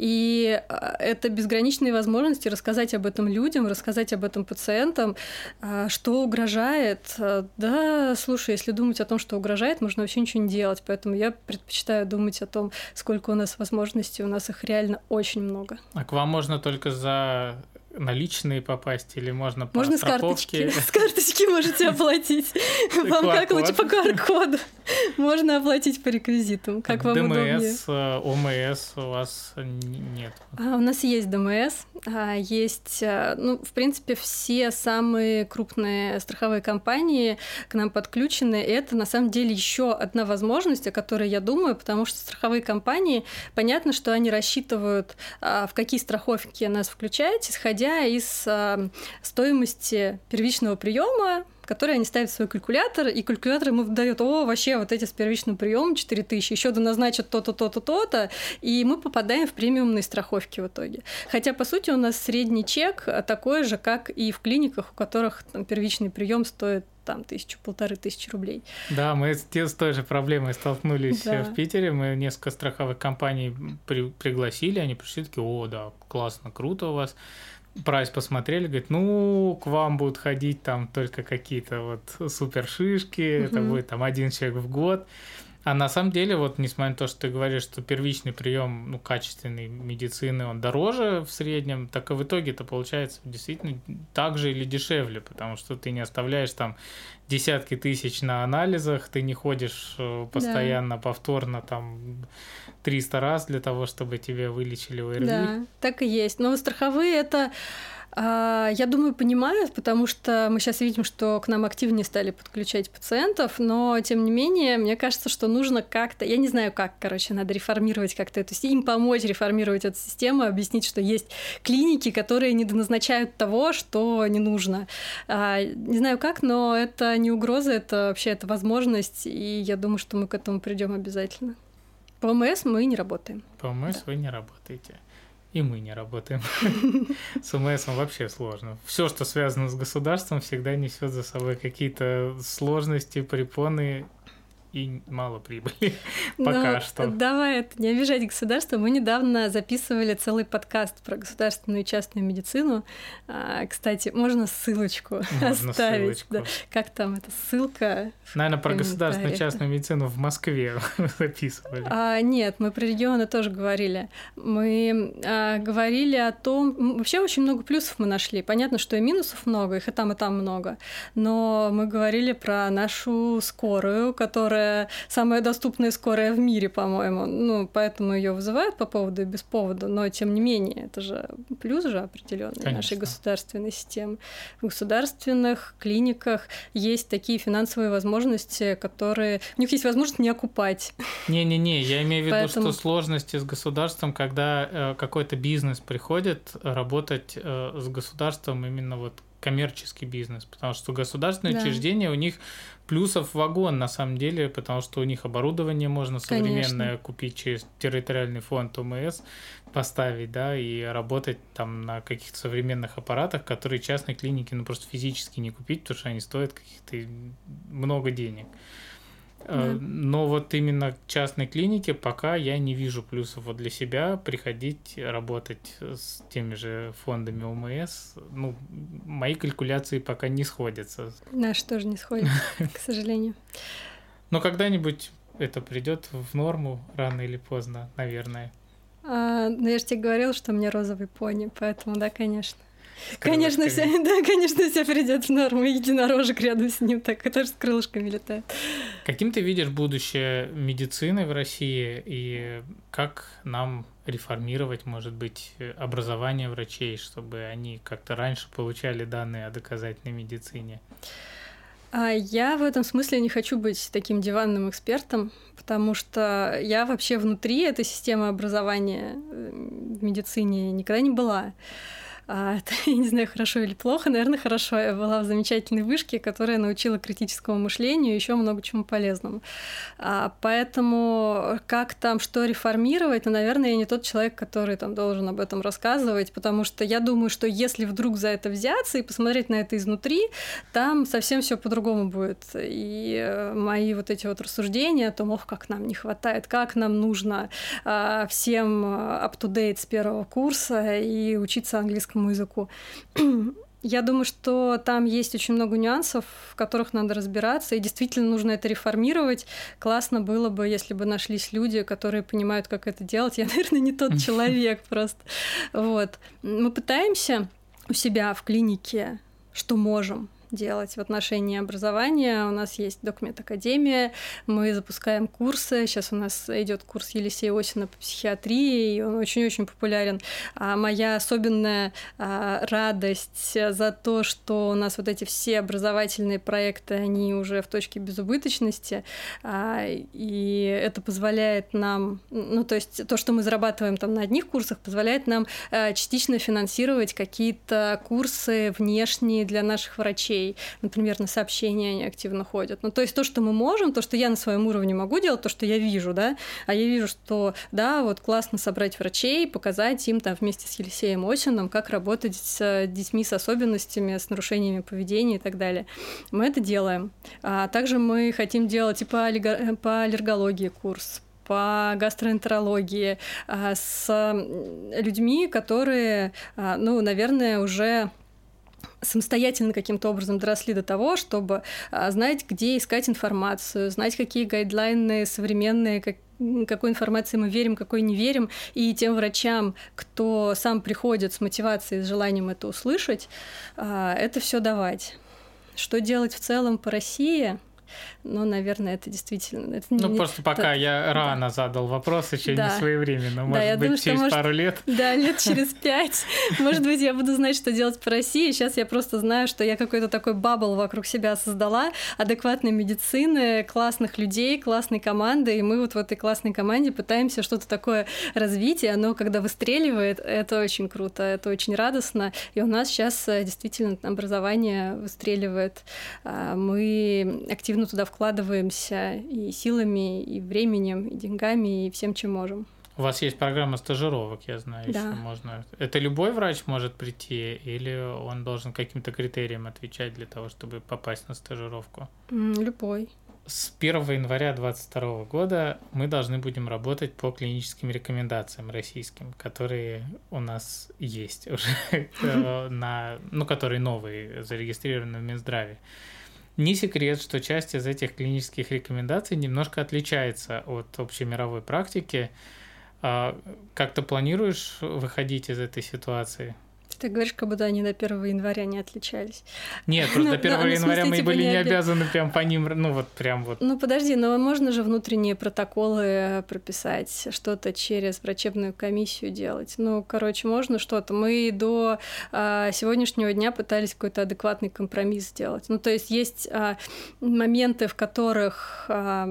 И а, это безграничные возможности рассказать об этом людям, рассказать об этом пациентам, а, что угрожает. А, Да, слушай, если думать о том, что угрожает, можно вообще ничего не делать. Поэтому я предпочитаю думать о том, сколько у нас возможностей. У нас их реально очень много.
А к вам можно только за наличные попасть или можно по
Можно с
страховке?
карточки. С карточки можете оплатить. Вам как
ку ар-код.
лучше по ку ар-коду. Можно оплатить по реквизитам, как вам удобнее.
ДМС, э, ОМС у вас н- нет.
А, У нас есть ДМС, а, есть, а, ну, в принципе, все самые крупные страховые компании к нам подключены. И это, на самом деле, еще одна возможность, о которой я думаю, потому что страховые компании, понятно, что они рассчитывают, а, в какие страховки нас включать, исходя из а, стоимости первичного приема, которые они ставят в свой калькулятор, и калькулятор ему выдает: о, вообще, вот эти с первичным приемом четыре тысячи, еще назначат то-то, то-то, то-то, и мы попадаем в премиумные страховки в итоге. Хотя, по сути, у нас средний чек такой же, как и в клиниках, у которых там первичный прием стоит там тысячу, полторы тысячи рублей.
Да, мы с, те- с той же проблемой столкнулись
Да.
э, в Питере. Мы несколько страховых компаний при- пригласили, они пришли такие: о, да, классно, круто у вас. Прайс посмотрели, говорит: ну, к вам будут ходить там только какие-то вот супер шишки, это
Мгм.
будет там один человек в год. А на самом деле, вот несмотря на то, что ты говоришь, что первичный прием, ну, качественной медицины, он дороже в среднем, так и в итоге это получается действительно так же или дешевле, потому что ты не оставляешь там десятки тысяч на анализах, ты не ходишь э, постоянно, повторно там триста раз для того, чтобы тебе вылечили ОРВИ.
Да, так и есть. Но страховые это, а, я думаю, понимают, потому что мы сейчас видим, что к нам активнее стали подключать пациентов, но тем не менее, мне кажется, что нужно как-то, я не знаю как, короче, надо реформировать как-то эту систему, им помочь реформировать эту систему, объяснить, что есть клиники, которые не доназначают того, что не нужно. А, не знаю как, но это не угроза, это вообще это возможность, и я думаю, что мы к этому придем обязательно. По ОМС мы не работаем.
По ОМС вы не работаете. И мы не работаем. С ОМС вообще сложно. Все, что связано с государством, всегда несет за собой какие-то сложности, препоны. и мало прибыли пока что.
Давай это не обижать государство. Мы недавно записывали целый подкаст про государственную и частную медицину. Кстати, можно ссылочку
можно
оставить.
Ссылочку.
Да. Как там эта ссылка?
Наверное, про государственную и частную медицину в Москве записывали.
А, нет, мы про регионы тоже говорили. Мы а, говорили о том... Вообще очень много плюсов мы нашли. Понятно, что и минусов много, их и там, и там много. Но мы говорили про нашу скорую, которая самая доступная скорая в мире, по-моему. Ну, поэтому ее вызывают по поводу и без повода. Но, тем не менее, это же плюс же определенный нашей государственной системы. В государственных клиниках есть такие финансовые возможности, которые... У них есть возможность не окупать.
Не-не-не, я имею в виду,
Поэтому...
что сложности с государством, когда э, какой-то бизнес приходит работать э, с государством, именно вот коммерческий бизнес, потому что государственные да. учреждения, у них плюсов вагон на самом деле, потому что у них оборудование можно современное Конечно. Купить через территориальный фонд ОМС, поставить, да, и работать там на каких-то современных аппаратах, которые частные клиники ну просто физически не купить, потому что они стоят каких-то много денег. Да. Но вот именно частной клинике пока я не вижу плюсов вот для себя приходить работать с теми же фондами ОМС. Ну, мои калькуляции пока не сходятся.
Наши тоже не сходятся, к сожалению.
Но когда-нибудь это придет в норму рано или поздно, наверное.
А, ну, я же тебе говорила, что у меня розовый пони, поэтому да, конечно. Конечно, все, да, конечно, все придет в норму. Единорожек рядом с ним так, тоже с крылышками летает.
Каким ты видишь будущее медицины в России и как нам реформировать, может быть, образование врачей, чтобы они как-то раньше получали данные о доказательной медицине?
Я в этом смысле не хочу быть таким диванным экспертом, потому что я вообще внутри этой системы образования в медицине никогда не была. А, это, я не знаю, хорошо или плохо, наверное, хорошо. Я была в замечательной вышке, которая научила критическому мышлению и еще много чему полезному. А, поэтому как там что реформировать, ну, наверное, я не тот человек, который там должен об этом рассказывать, потому что я думаю, что если вдруг за это взяться и посмотреть на это изнутри, там совсем все по-другому будет. И мои вот эти вот рассуждения о том, ох, как нам не хватает, как нам нужно а, всем up-to-date с первого курса и учиться английскому языку. Я думаю, что там есть очень много нюансов, в которых надо разбираться, и действительно нужно это реформировать. Классно было бы, если бы нашлись люди, которые понимают, как это делать. Я, наверное, не тот человек просто. Вот. Мы пытаемся у себя в клинике, что можем, делать в отношении образования. У нас есть Докмедакадемия, мы запускаем курсы. Сейчас у нас идет курс Елисея Осина по психиатрии, и он очень-очень популярен. А моя особенная а, радость за то, что у нас вот эти все образовательные проекты, они уже в точке безубыточности, а, и это позволяет нам, ну, то есть то, что мы зарабатываем там на одних курсах, позволяет нам а, частично финансировать какие-то курсы внешние для наших врачей. Например, на сообщения они активно ходят. Ну, то есть то, что мы можем, то, что я на своем уровне могу делать, то, что я вижу, да, а я вижу, что, да, вот классно собрать врачей, показать им там вместе с Елисеем Осиным, как работать с детьми с особенностями, с нарушениями поведения и так далее. Мы это делаем. А также мы хотим делать и по, аллерго... по аллергологии курс, по гастроэнтерологии, с людьми, которые, ну, наверное, уже самостоятельно каким-то образом доросли до того, чтобы а, знать, где искать информацию, знать, какие гайдлайны современные, как, какой информации мы верим, какой не верим, и тем врачам, кто сам приходит с мотивацией, с желанием это услышать, а, это все давать. Что делать в целом по России? Ну, наверное, это действительно... Это
ну,
не...
просто пока
да.
я рано да. задал вопрос, еще да. не своевременно. Может
да,
быть,
думаю,
через
может...
пару лет?
Да, лет через пять. Может быть, я буду знать, что делать по России. Сейчас я просто знаю, что я какой-то такой бабл вокруг себя создала, адекватной медицины, классных людей, классной команды, и мы вот в этой классной команде пытаемся что-то такое развить, и оно, когда выстреливает, это очень круто, это очень радостно. И у нас сейчас действительно образование выстреливает. Мы активно туда вкладываемся и силами, и временем, и деньгами, и всем, чем можем.
У вас есть программа стажировок, я знаю,
да.
еще можно. Это любой врач может прийти, или он должен каким-то критериям отвечать для того, чтобы попасть на стажировку?
Любой.
с первого января две тысячи двадцать второго года мы должны будем работать по клиническим рекомендациям российским, которые у нас есть уже, на, ну, которые новые, зарегистрированы в Минздраве. Не секрет, что часть из этих клинических рекомендаций немножко отличается от общемировой практики. Как ты планируешь выходить из этой ситуации?
Ты говоришь, как будто они до первого января не отличались.
Нет, просто до первого января мы были не обязаны прям по ним, ну вот прям вот.
Ну подожди, но можно же внутренние протоколы прописать, что-то через врачебную комиссию делать. Ну, короче, можно что-то. Мы до а, сегодняшнего дня пытались какой-то адекватный компромисс сделать. Ну, то есть есть а, моменты, в которых а,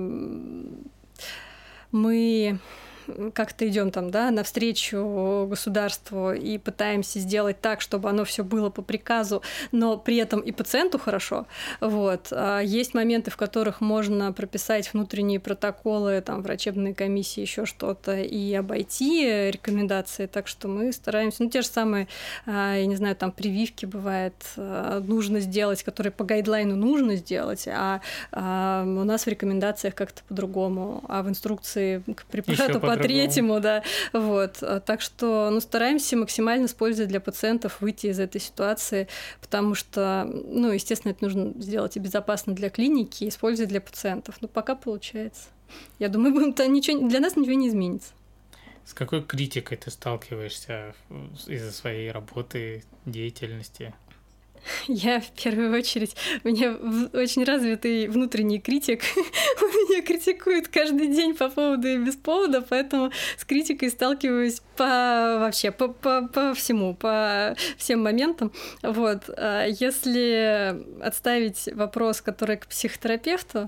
мы как-то идем там, да, навстречу государству и пытаемся сделать так, чтобы оно все было по приказу, но при этом и пациенту хорошо. Вот. Есть моменты, в которых можно прописать внутренние протоколы, там, врачебные комиссии, еще что-то, и обойти рекомендации. Так что мы стараемся, ну, те же самые, я не знаю, там, прививки бывает, нужно сделать, которые по гайдлайну нужно сделать, а у нас в рекомендациях как-то по-другому, а в инструкции к препарату по третьему, да, вот. Так что, ну, стараемся максимально использовать для пациентов, выйти из этой ситуации, потому что, ну, естественно, это нужно сделать и безопасно для клиники, и использовать для пациентов. Но пока получается. Я думаю, ничего, для нас ничего не изменится.
С какой критикой ты сталкиваешься из-за своей работы, деятельности?
Я в первую очередь, у меня очень развитый внутренний критик, он меня критикует каждый день по поводу и без повода, поэтому с критикой сталкиваюсь по вообще, по, по, по всему, по всем моментам. Вот. Если отставить вопрос, который к психотерапевту,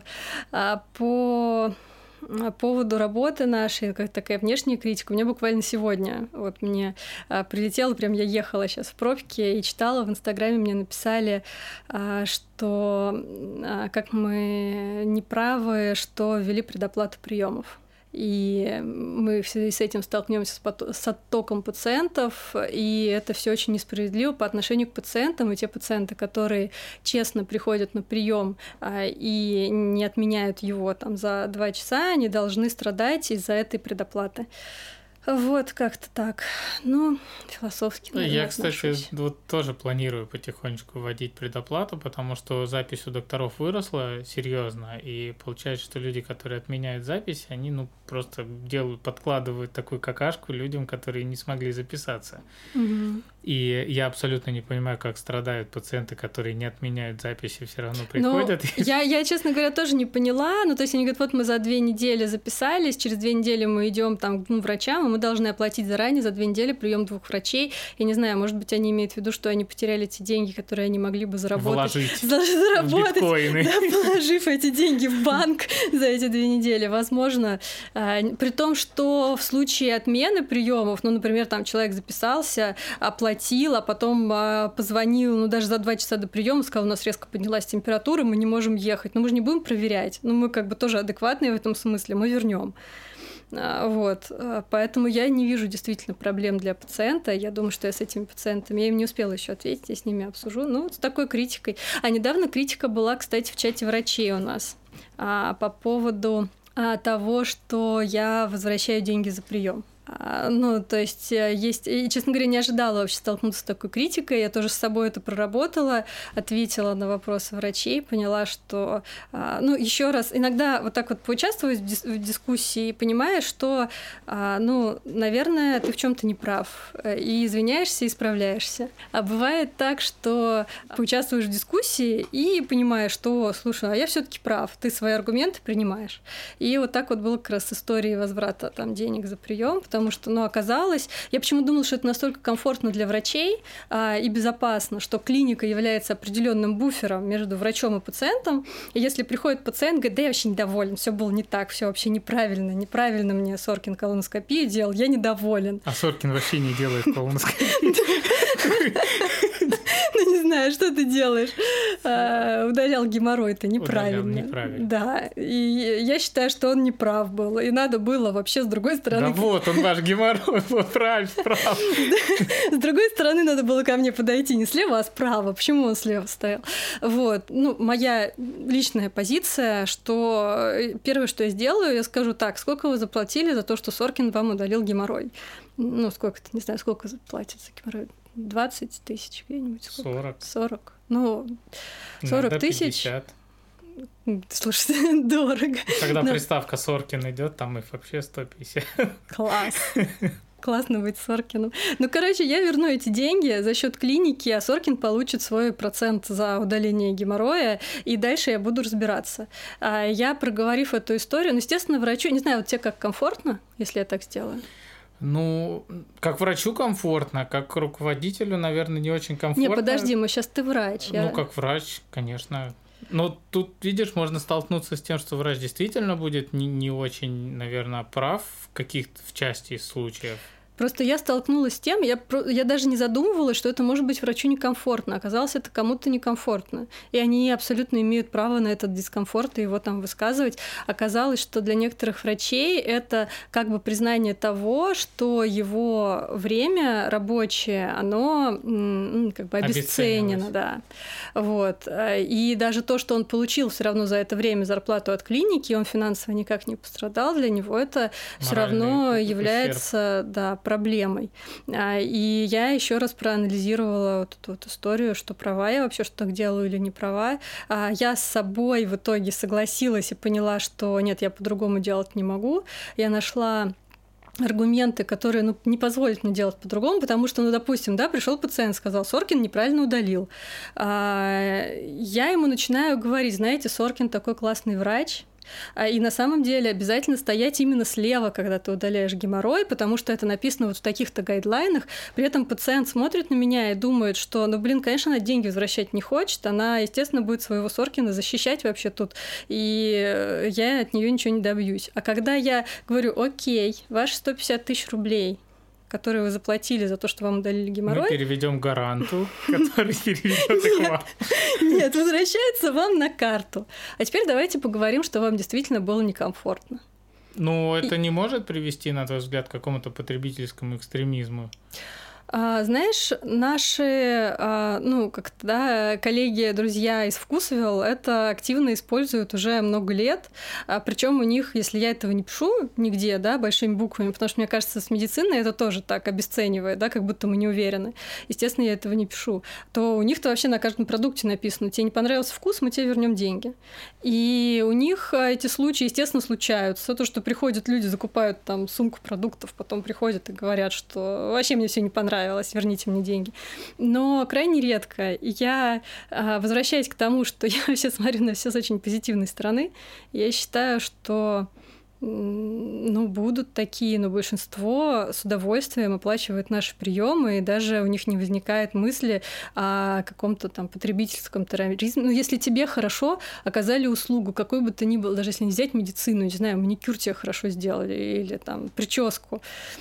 по... По поводу работы нашей, как такая внешняя критика, у меня буквально сегодня, вот мне а, прилетело, прям я ехала сейчас в пробке и читала, в Инстаграме мне написали, а, что а, как мы неправы, что ввели предоплату приемов. И мы в связи с этим столкнемся с, пот- с оттоком пациентов, и это все очень несправедливо по отношению к пациентам. И те пациенты, которые честно приходят на прием а, и не отменяют его там за два часа, они должны страдать из-за этой предоплаты. Вот как-то так. Ну, философски, наверное,
Я, кстати,
отношусь.
вот тоже планирую потихонечку вводить предоплату, потому что запись у докторов выросла серьезно, и получается, что люди, которые отменяют запись, они, ну, просто делают, подкладывают такую какашку людям, которые не смогли записаться.
Угу.
И я абсолютно не понимаю, как страдают пациенты, которые не отменяют записи, все равно приходят.
Ну, я, я, честно говоря, тоже не поняла. Ну, то есть они говорят, вот мы за две недели записались, через две недели мы идем там к двум врачам, и мы должны оплатить заранее за две недели прием двух врачей. Я не знаю, может быть, они имеют в виду, что они потеряли те деньги, которые они могли бы заработать.
Вложить
заработать,
в биткоины.
Да, положив эти деньги в банк за эти две недели. Возможно, при том, что в случае отмены приемов, ну, например, там человек записался, оплатил, а потом позвонил, ну, даже за два часа до приема, сказал, у нас резко поднялась температура, мы не можем ехать. Но мы же не будем проверять. Ну, мы как бы тоже адекватные в этом смысле, мы вернем. Вот. Поэтому я не вижу действительно проблем для пациента. Я думаю, что я с этими пациентами, я им не успела еще ответить, я с ними обсужу. Ну, вот с такой критикой. А недавно критика была, кстати, в чате врачей у нас а, по поводу а, того, что я возвращаю деньги за прием. Ну, то есть, есть, и, честно говоря, не ожидала вообще столкнуться с такой критикой. Я тоже с собой это проработала, ответила на вопросы врачей, поняла, что, ну, еще раз, иногда вот так вот поучаствовать в, дис- в дискуссии, понимаешь, что, ну, наверное, ты в чем-то не прав, и извиняешься, и исправляешься. А бывает так, что поучаствуешь в дискуссии и понимаешь, что, слушай, а я все-таки прав, ты свои аргументы принимаешь. И вот так вот было как раз с историей возврата там денег за прием. Потому что, ну, оказалось, я почему думала, что это настолько комфортно для врачей а, и безопасно, что клиника является определенным буфером между врачом и пациентом. И если приходит пациент, говорит, да я вообще недоволен, все было не так, все вообще неправильно, неправильно мне Соркин колоноскопию делал, я недоволен.
А Соркин вообще не делает колоноскопию.
Ну, не знаю, что ты делаешь. А, удалял геморрой, это неправильно.
Удалял неправильно.
Да, и я считаю, что он неправ был. И надо было вообще с другой стороны...
Да вот, он ваш геморрой был прав, прав.
С другой стороны надо было ко мне подойти не слева, а справа. Почему он слева стоял? Вот. Ну, моя личная позиция, что первое, что я сделаю, я скажу так, сколько вы заплатили за то, что Соркин вам удалил геморрой? Ну, сколько-то, не знаю, сколько заплатит за геморрой? двадцать тысяч где-нибудь?
сорок.
сорок. Ну, сорок тысяч. Слушай, дорого.
Когда
Но...
приставка Соркин идет, там их вообще сто пятьдесят.
Класс. Классно быть Соркиным. Ну, короче, я верну эти деньги за счет клиники, а Соркин получит свой процент за удаление геморроя, и дальше я буду разбираться. А я, проговорив эту историю, ну, естественно, врачу, не знаю, вот тебе как комфортно, если я так сделаю?
Ну, как врачу комфортно, как руководителю, наверное, не очень комфортно.
Не, подожди, мы сейчас ты врач.
Ну,
я...
как врач, конечно. Но тут, видишь, можно столкнуться с тем, что врач действительно будет не, не очень, наверное, прав в каких-то в части случаев.
Просто я столкнулась с тем, я, я даже не задумывалась, что это может быть врачу некомфортно. Оказалось, это кому-то некомфортно. И они абсолютно имеют право на этот дискомфорт и его там высказывать. Оказалось, что для некоторых врачей это как бы признание того, что его время рабочее, оно как бы обесценено. Да. Вот. И даже то, что он получил все равно за это время зарплату от клиники, он финансово никак не пострадал, для него это все равно является... Да, проблемой. И я еще раз проанализировала вот эту вот историю, что права я вообще, что так делаю или не права. Я с собой в итоге согласилась и поняла, что нет, я по-другому делать не могу. Я нашла аргументы, которые ну, не позволят мне делать по-другому, потому что, ну, допустим, да, пришел пациент, сказал, Соркин неправильно удалил. Я ему начинаю говорить, знаете, Соркин такой классный врач, и на самом деле обязательно стоять именно слева, когда ты удаляешь геморрой, потому что это написано вот в таких-то гайдлайнах. При этом пациент смотрит на меня и думает, что, ну, блин, конечно, она деньги возвращать не хочет, она, естественно, будет своего Соркина защищать вообще тут, и я от нее ничего не добьюсь. А когда я говорю, окей, ваши сто пятьдесят тысяч рублей, которые вы заплатили за то, что вам удалили геморрой.
Мы переведем гаранту, который переведет их вам.
Нет, возвращается вам на карту. А теперь давайте поговорим, что вам действительно было некомфортно.
Ну, это не может привести, на твой взгляд, к какому-то потребительскому экстремизму?
А, знаешь, наши, а, ну, как-то, да, коллеги, друзья из Вкусвилл это активно используют уже много лет, а, причем у них, если я этого не пишу нигде, да, большими буквами, потому что, мне кажется, с медициной это тоже так обесценивает, да, как будто мы не уверены. Естественно, я этого не пишу. То у них-то вообще на каждом продукте написано, тебе не понравился вкус, мы тебе вернем деньги. И у них эти случаи, естественно, случаются. То, что приходят люди, закупают там сумку продуктов, потом приходят и говорят, что вообще мне все не понравилось, верните мне деньги. Но крайне редко. Я, возвращаясь к тому, что я вообще смотрю на все с очень позитивной стороны, я считаю, что ну, будут такие, но большинство с удовольствием оплачивает наши приемы, и даже у них не возникает мысли о каком-то там потребительском терроризме. Ну, если тебе хорошо оказали услугу, какой бы то ни был, даже если не взять медицину, не знаю, маникюр тебе хорошо сделали или там прическу,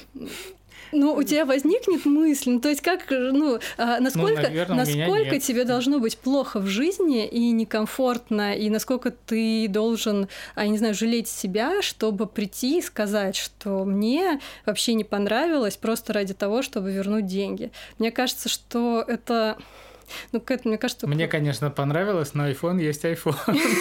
ну, у тебя возникнет мысль, ну, то есть как, ну, насколько, ну, наверное, насколько тебе должно быть плохо в жизни и некомфортно, и насколько ты должен, я не знаю, жалеть себя, чтобы прийти и сказать, что мне вообще не понравилось просто ради того, чтобы вернуть деньги. Мне кажется, что это... Ну, Кэт, мне кажется...
Мне, конечно, понравилось, но iPhone есть iPhone.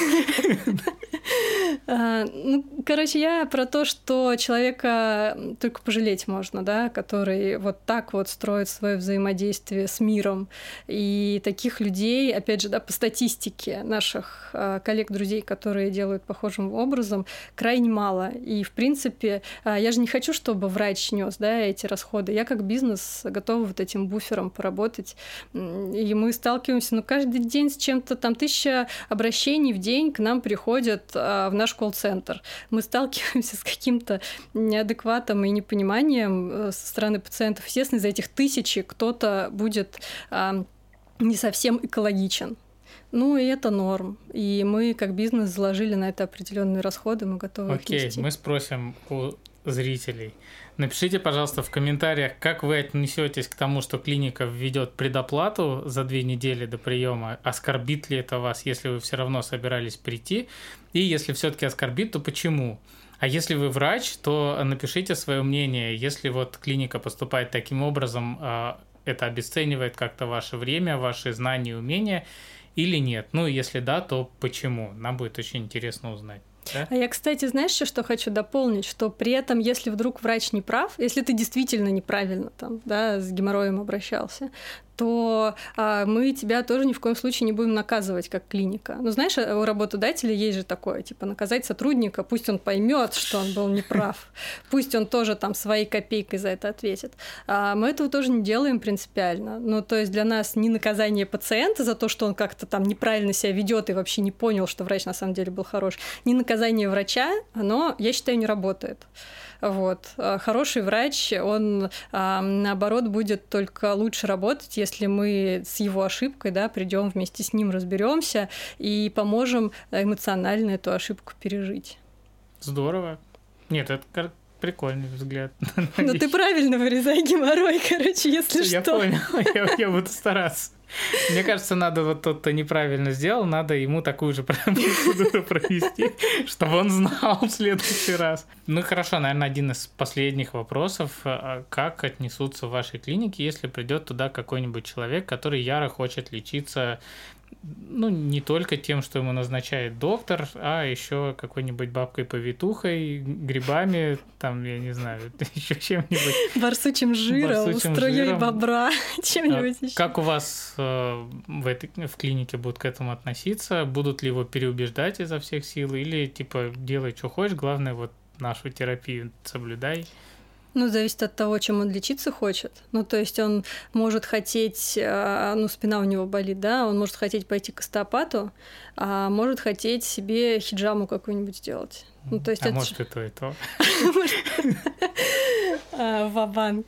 Ну, короче, я про то, что человека только пожалеть можно, да, который вот так вот строит свое взаимодействие с миром. И таких людей, опять же, да, по статистике наших коллег, друзей, которые делают похожим образом, крайне мало. И, в принципе, я же не хочу, чтобы врач нес, да, эти расходы. Я как бизнес готова вот этим буфером поработать. И мы сталкиваемся, ну, каждый день с чем-то, там, тысяча обращений в день к нам приходят в наш колл-центр. Мы сталкиваемся с каким-то неадекватом и непониманием со стороны пациентов. Естественно, из этих тысячи кто-то будет а, не совсем экологичен. Ну, и это норм. И мы, как бизнес, заложили на это определенные расходы, мы готовы
Окей,
их нести.
мы спросим у зрителей. Напишите, пожалуйста, в комментариях, как вы отнесетесь к тому, что клиника введет предоплату за две недели до приема. Оскорбит ли это вас, если вы все равно собирались прийти? И если все-таки оскорбит, то почему? А если вы врач, то напишите свое мнение. Если вот клиника поступает таким образом, это обесценивает как-то ваше время, ваши знания и умения или нет? Ну, если да, то почему? Нам будет очень интересно узнать. Да?
А я, кстати, знаешь, еще что хочу дополнить, что при этом, если вдруг врач не прав, если ты действительно неправильно там, да, с геморроем обращался, то а, мы тебя тоже ни в коем случае не будем наказывать как клиника. Ну, знаешь, у работодателя есть же такое, типа, наказать сотрудника, пусть он поймет, что он был неправ, пусть он тоже там своей копейкой за это ответит. А мы этого тоже не делаем принципиально. Ну, то есть для нас ни наказание пациента за то, что он как-то там неправильно себя ведет и вообще не понял, что врач на самом деле был хорош, ни наказание врача, оно, я считаю, не работает. Вот. Хороший врач, он, наоборот, будет только лучше работать, если мы с его ошибкой, да, придем вместе с ним, разберемся и поможем эмоционально эту ошибку пережить.
Здорово. Нет, это прикольный взгляд.
Ну ты правильно вырезай геморрой, короче, если
я
что.
Я понял, я, я буду стараться. Мне кажется, надо вот тот, кто неправильно сделал, надо ему такую же процедуру провести, чтобы он знал в следующий раз. Ну хорошо, наверное, один из последних вопросов. Как отнесутся в вашей клинике, если придет туда какой-нибудь человек, который яро хочет лечиться, ну, не только тем, что ему назначает доктор, а еще какой-нибудь бабкой-повитухой, грибами, там, я не знаю, еще чем-нибудь.
Барсучим жиром,
Барсучим
струей
жиром.
бобра, чем-нибудь
а
еще.
Как у вас э, в, этой, в клинике будут к этому относиться? Будут ли его переубеждать изо всех сил? Или, типа, делай, что хочешь, главное, вот нашу терапию соблюдай?
Ну, зависит от того, чем он лечиться хочет. Ну, то есть он может хотеть, ну, спина у него болит, да, он может хотеть пойти к остеопату, а может хотеть себе хиджаму какую-нибудь сделать. Ну, то есть
а
это...
может и то, и то.
Ва-банк.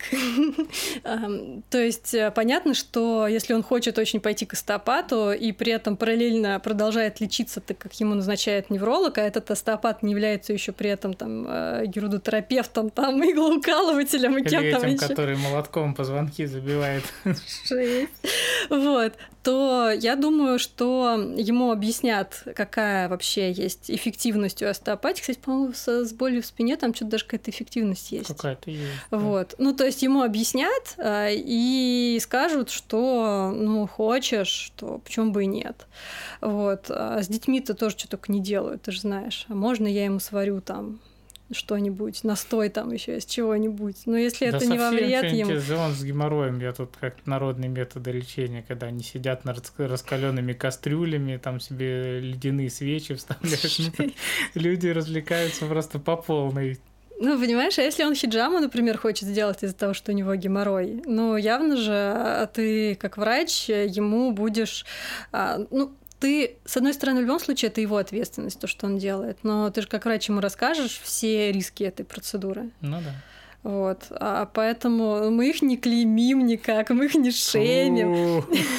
То есть понятно, что если он хочет очень пойти к остеопату и при этом параллельно продолжает лечиться, так как ему назначает невролог, а этот остеопат не является еще при этом там гирудотерапевтом, там иглоукалывателем и кем-то
Или этим,
еще.
который молотком позвонки забивает.
Жесть. Вот. То я думаю, что ему объяснят, какая вообще есть эффективность у остеопатии. Кстати, по-моему, с болью в спине там что-то даже какая-то эффективность есть.
Какая-то есть.
Вот. Да. Ну, то есть ему объяснят а, и скажут, что, ну, хочешь, то почему бы и нет. Вот. А с детьми-то тоже что только не делают, ты же знаешь. А можно я ему сварю там что-нибудь, настой там еще из чего-нибудь. Но если
да
это не во вред ему...
Да он с геморроем, я тут как народные методы лечения, когда они сидят над раскаленными кастрюлями, там себе ледяные свечи вставляют. Люди развлекаются просто по полной.
Ну, понимаешь, а если он хиджаму, например, хочет сделать из-за того, что у него геморрой, ну, явно же ты, как врач, ему будешь... Ну, ты, с одной стороны, в любом случае, это его ответственность, то, что он делает, но ты же как врач ему расскажешь все риски этой процедуры.
Ну да.
Вот. А поэтому мы их не клеймим никак, мы их не шеймим.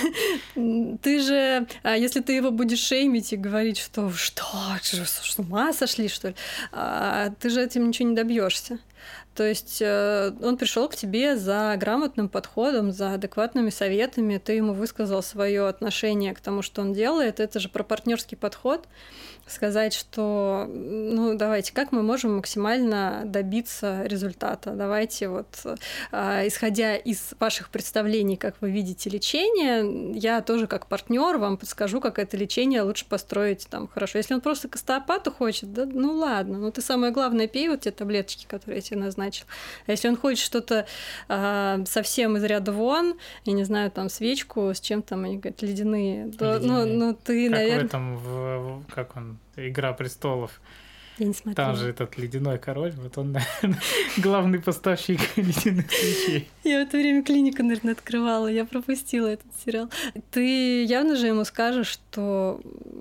Ты же, если ты его будешь шеймить и говорить, что что, с ума сошли, что ли, ты же этим ничего не добьешься. То есть он пришел к тебе за грамотным подходом, за адекватными советами, ты ему высказал свое отношение к тому, что он делает. Это же про партнерский подход. Сказать, что, ну, давайте, как мы можем максимально добиться результата? Давайте вот, исходя из ваших представлений, как вы видите лечение, я тоже как партнер вам подскажу, как это лечение лучше построить там хорошо. Если он просто к остеопату хочет, да, ну ладно, ну ты самое главное пей вот те таблеточки, которые я тебе назначил. А если он хочет что-то а, совсем из ряда вон, я не знаю, там свечку с чем там, они говорят, ледяные, то,
ледяные.
Ну, ну ты,
как
наверное...
в этом, в, как он, «Игра престолов».
Я не смотрела.
Там же этот ледяной король, вот он, наверное, главный поставщик ледяных свечей.
Я в это время клинику, наверное, открывала, я пропустила этот сериал. Ты явно же ему скажешь, что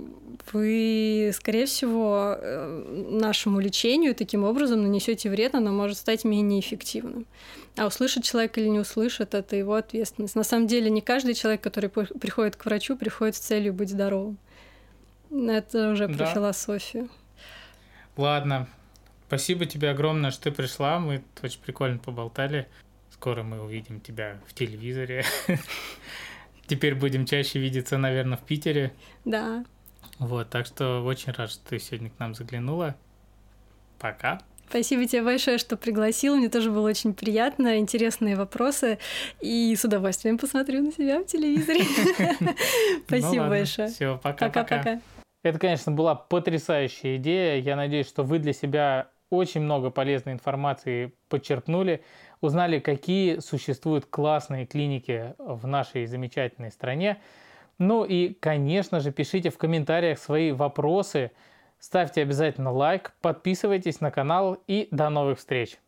вы, скорее всего, нашему лечению таким образом нанесете вред, оно может стать менее эффективным. А услышит человек или не услышит, это его ответственность. На самом деле не каждый человек, который приходит к врачу, приходит с целью быть здоровым. Это уже про
да.
философию.
Ладно. Спасибо тебе огромное, что ты пришла. Мы очень прикольно поболтали. Скоро мы увидим тебя в телевизоре. Теперь будем чаще видеться, наверное, в Питере.
Да.
Вот, так что очень рад, что ты сегодня к нам заглянула. Пока.
Спасибо тебе большое, что пригласил. Мне тоже было очень приятно, интересные вопросы. И с удовольствием посмотрю на себя в телевизоре. Спасибо большое.
Все, пока-пока.
Пока-пока.
Это, конечно, была потрясающая идея. Я надеюсь, что вы для себя очень много полезной информации подчерпнули, узнали, какие существуют классные клиники в нашей замечательной стране. Ну и, конечно же, пишите в комментариях свои вопросы, ставьте обязательно лайк, подписывайтесь на канал и до новых встреч!